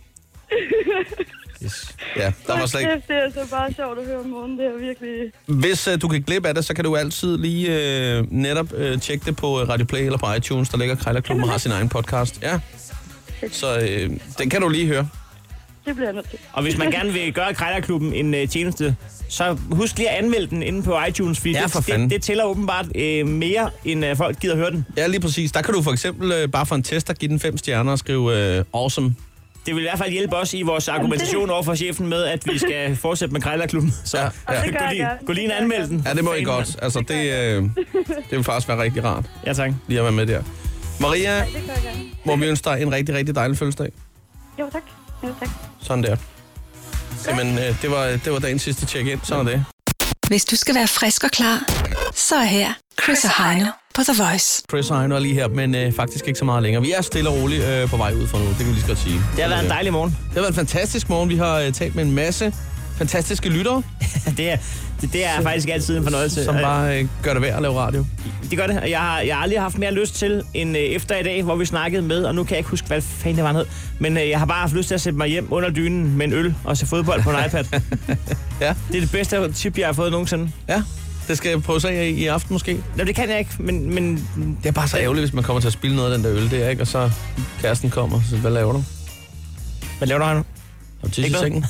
Yes. Ja, der var slet ikke... Det er så bare sjovt at høre om morgenen. Det er virkelig... Hvis uh, du kan glip af det, så kan du altid lige uh, netop uh, tjekke det på Radio Play eller på iTunes. Der ligger Krejlerklubben og har sin egen podcast. Ja. Så uh, den kan du lige høre. Det bliver jeg nødt til. Og hvis man gerne vil gøre Krejlerklubben en uh, tjeneste, så husk lige at anmelde den inde på iTunes, fordi Ja, for det, fanden. det, det tæller åbenbart uh, mere, end uh, folk gider høre den. Ja, lige præcis. Der kan du for eksempel uh, bare for en tester give den fem stjerner og skrive uh, awesome. Det vil i hvert fald hjælpe os i vores argumentation over for chefen med, at vi skal fortsætte med Krejlerklubben. Så Ja, ja. Det gør gå jeg lige, gerne. gå lige ind og anmeld den. Ja, det må I godt. Altså, det, øh, det vil faktisk være rigtig rart Ja, tak. lige at være med der. Maria, Det gør jeg gerne. må vi ønske dig en rigtig, rigtig dejlig fødselsdag. Jo, tak. Jo, tak. Sådan der. Jamen, øh, det, var, det var dagens sidste check-in. Sådan er det. Hvis du skal være frisk og klar, så er her Chris og Heino på The Voice. Chris og Heino er lige her, men øh, faktisk ikke så meget længere. Vi er stille og roligt øh, på vej ud fra nu, det kan vi lige så godt sige. Det har været en dejlig morgen. Det har været en fantastisk morgen. Vi har øh, talt med en masse fantastiske lyttere. det er, det, det er som, faktisk altid en fornøjelse. Som bare øh, gør det værd at lave radio. Det gør det, og jeg har, jeg har aldrig haft mere lyst til end øh, efter i dag, hvor vi snakkede med, og nu kan jeg ikke huske, hvad fanden det var noget, men øh, jeg har bare haft lyst til at sætte mig hjem under dynen med en øl og se fodbold på en iPad. Ja. Det er det bedste tip, jeg har fået nogensinde. Ja. Det skal jeg prøve sig i, i aften måske. Nå, det kan jeg ikke, men, men... Det er bare så ærgerligt, hvis man kommer til at spille noget af den der øl der, ikke? Og så kæresten kommer, så hvad laver du? Hvad laver du, Heino? Har du tisse i sengen?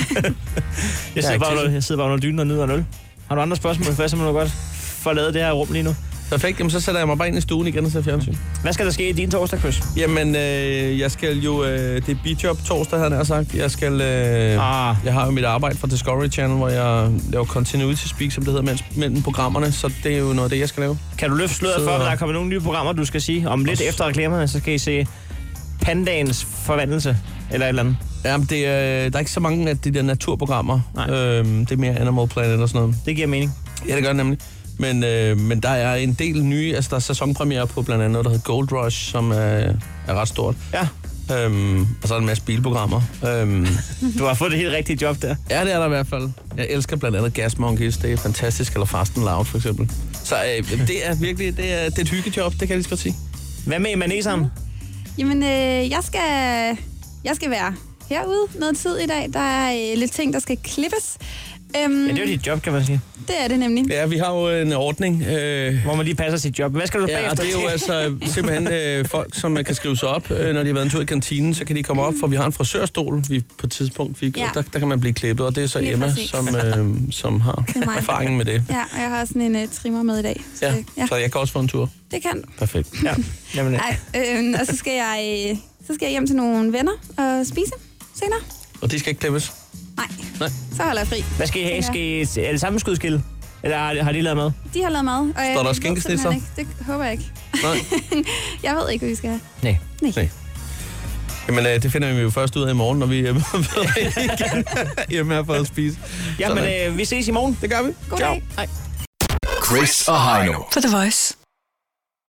jeg, sidder bare under, jeg sidder bare under dynen og nyder en øl. Har du andre spørgsmål, for jeg simpelthen godt forlade det her rum lige nu? Perfekt, jamen så sætter jeg mig bare ind i stuen igen og ser fjernsyn. Hvad skal der ske i din torsdag, Chris? Jamen, øh, jeg skal jo... Øh, det er B-job torsdag, havde jeg sagt. Jeg skal... Øh, ah. Jeg har jo mit arbejde fra Discovery Channel, hvor jeg laver continuity speak, som det hedder, mellem, mellem programmerne. Så det er jo noget af det, jeg skal lave. Kan du løfte sløret så... for, at der er kommet nogle nye programmer, du skal sige? Om lidt efter reklamerne, så skal I se Pandaens forvandlelse, eller et eller andet. Jamen, det er, der er ikke så mange af de der naturprogrammer. Øhm, det er mere Animal Planet og sådan noget. Det giver mening. Ja, det gør det nemlig. Men, øh, men der er en del nye, altså der er sæsonpremiere på blandt andet noget, der hedder Gold Rush, som er, er ret stort. Ja. Øhm, og så er der en masse bilprogrammer. Øhm, du har fået det helt rigtige job der. Ja, det er der i hvert fald. Jeg elsker blandt andet Gas Monkeys, det er fantastisk, eller Fast and Loud for eksempel. Så øh, det er virkelig, det er, det er et hyggejob, det kan jeg lige så godt sige. Hvad med i manegeren? Jamen, øh, jeg skal, jeg skal være herude noget tid i dag. Der er øh, lidt ting, der skal klippes. Øhm, ja, det er jo dit job, kan man sige. Det er det nemlig. Ja, vi har jo en ordning. Øh, hvor man lige passer sit job. Hvad skal du ja, bagefter? det er jo altså simpelthen øh, folk, som kan skrive sig op, øh, når de har været en tur i kantinen, så kan de komme op, for vi har en frisørstol, vi på et tidspunkt fik, ja. der, der kan man blive klippet, og det er så lige Emma, som, øh, som har erfaringen med det. Ja, og jeg har også sådan en uh, trimmer med i dag. Så, ja, ja, så jeg kan også få en tur. Det kan. Perfekt. Ja. Jamen, Ej, øh, og så skal, jeg, så skal jeg hjem til nogle venner og spise senere. Og de skal ikke klippes? Nej. Nej. Så holder jeg fri. Hvad skal I have? Skal I, er det samme skudskilde? Eller har, har de lavet mad? De har lavet mad. Og Står der skinkesnit så? Det håber jeg ikke. Nej. Jeg ved ikke, hvad vi skal have. Nej. Nej. Nej. Jamen, øh, det finder vi jo først ud af i morgen, når vi er hjemme her for at spise. Jamen, øh, vi ses i morgen. Det gør vi. God dag. Hej. Chris og Heino på The Voice.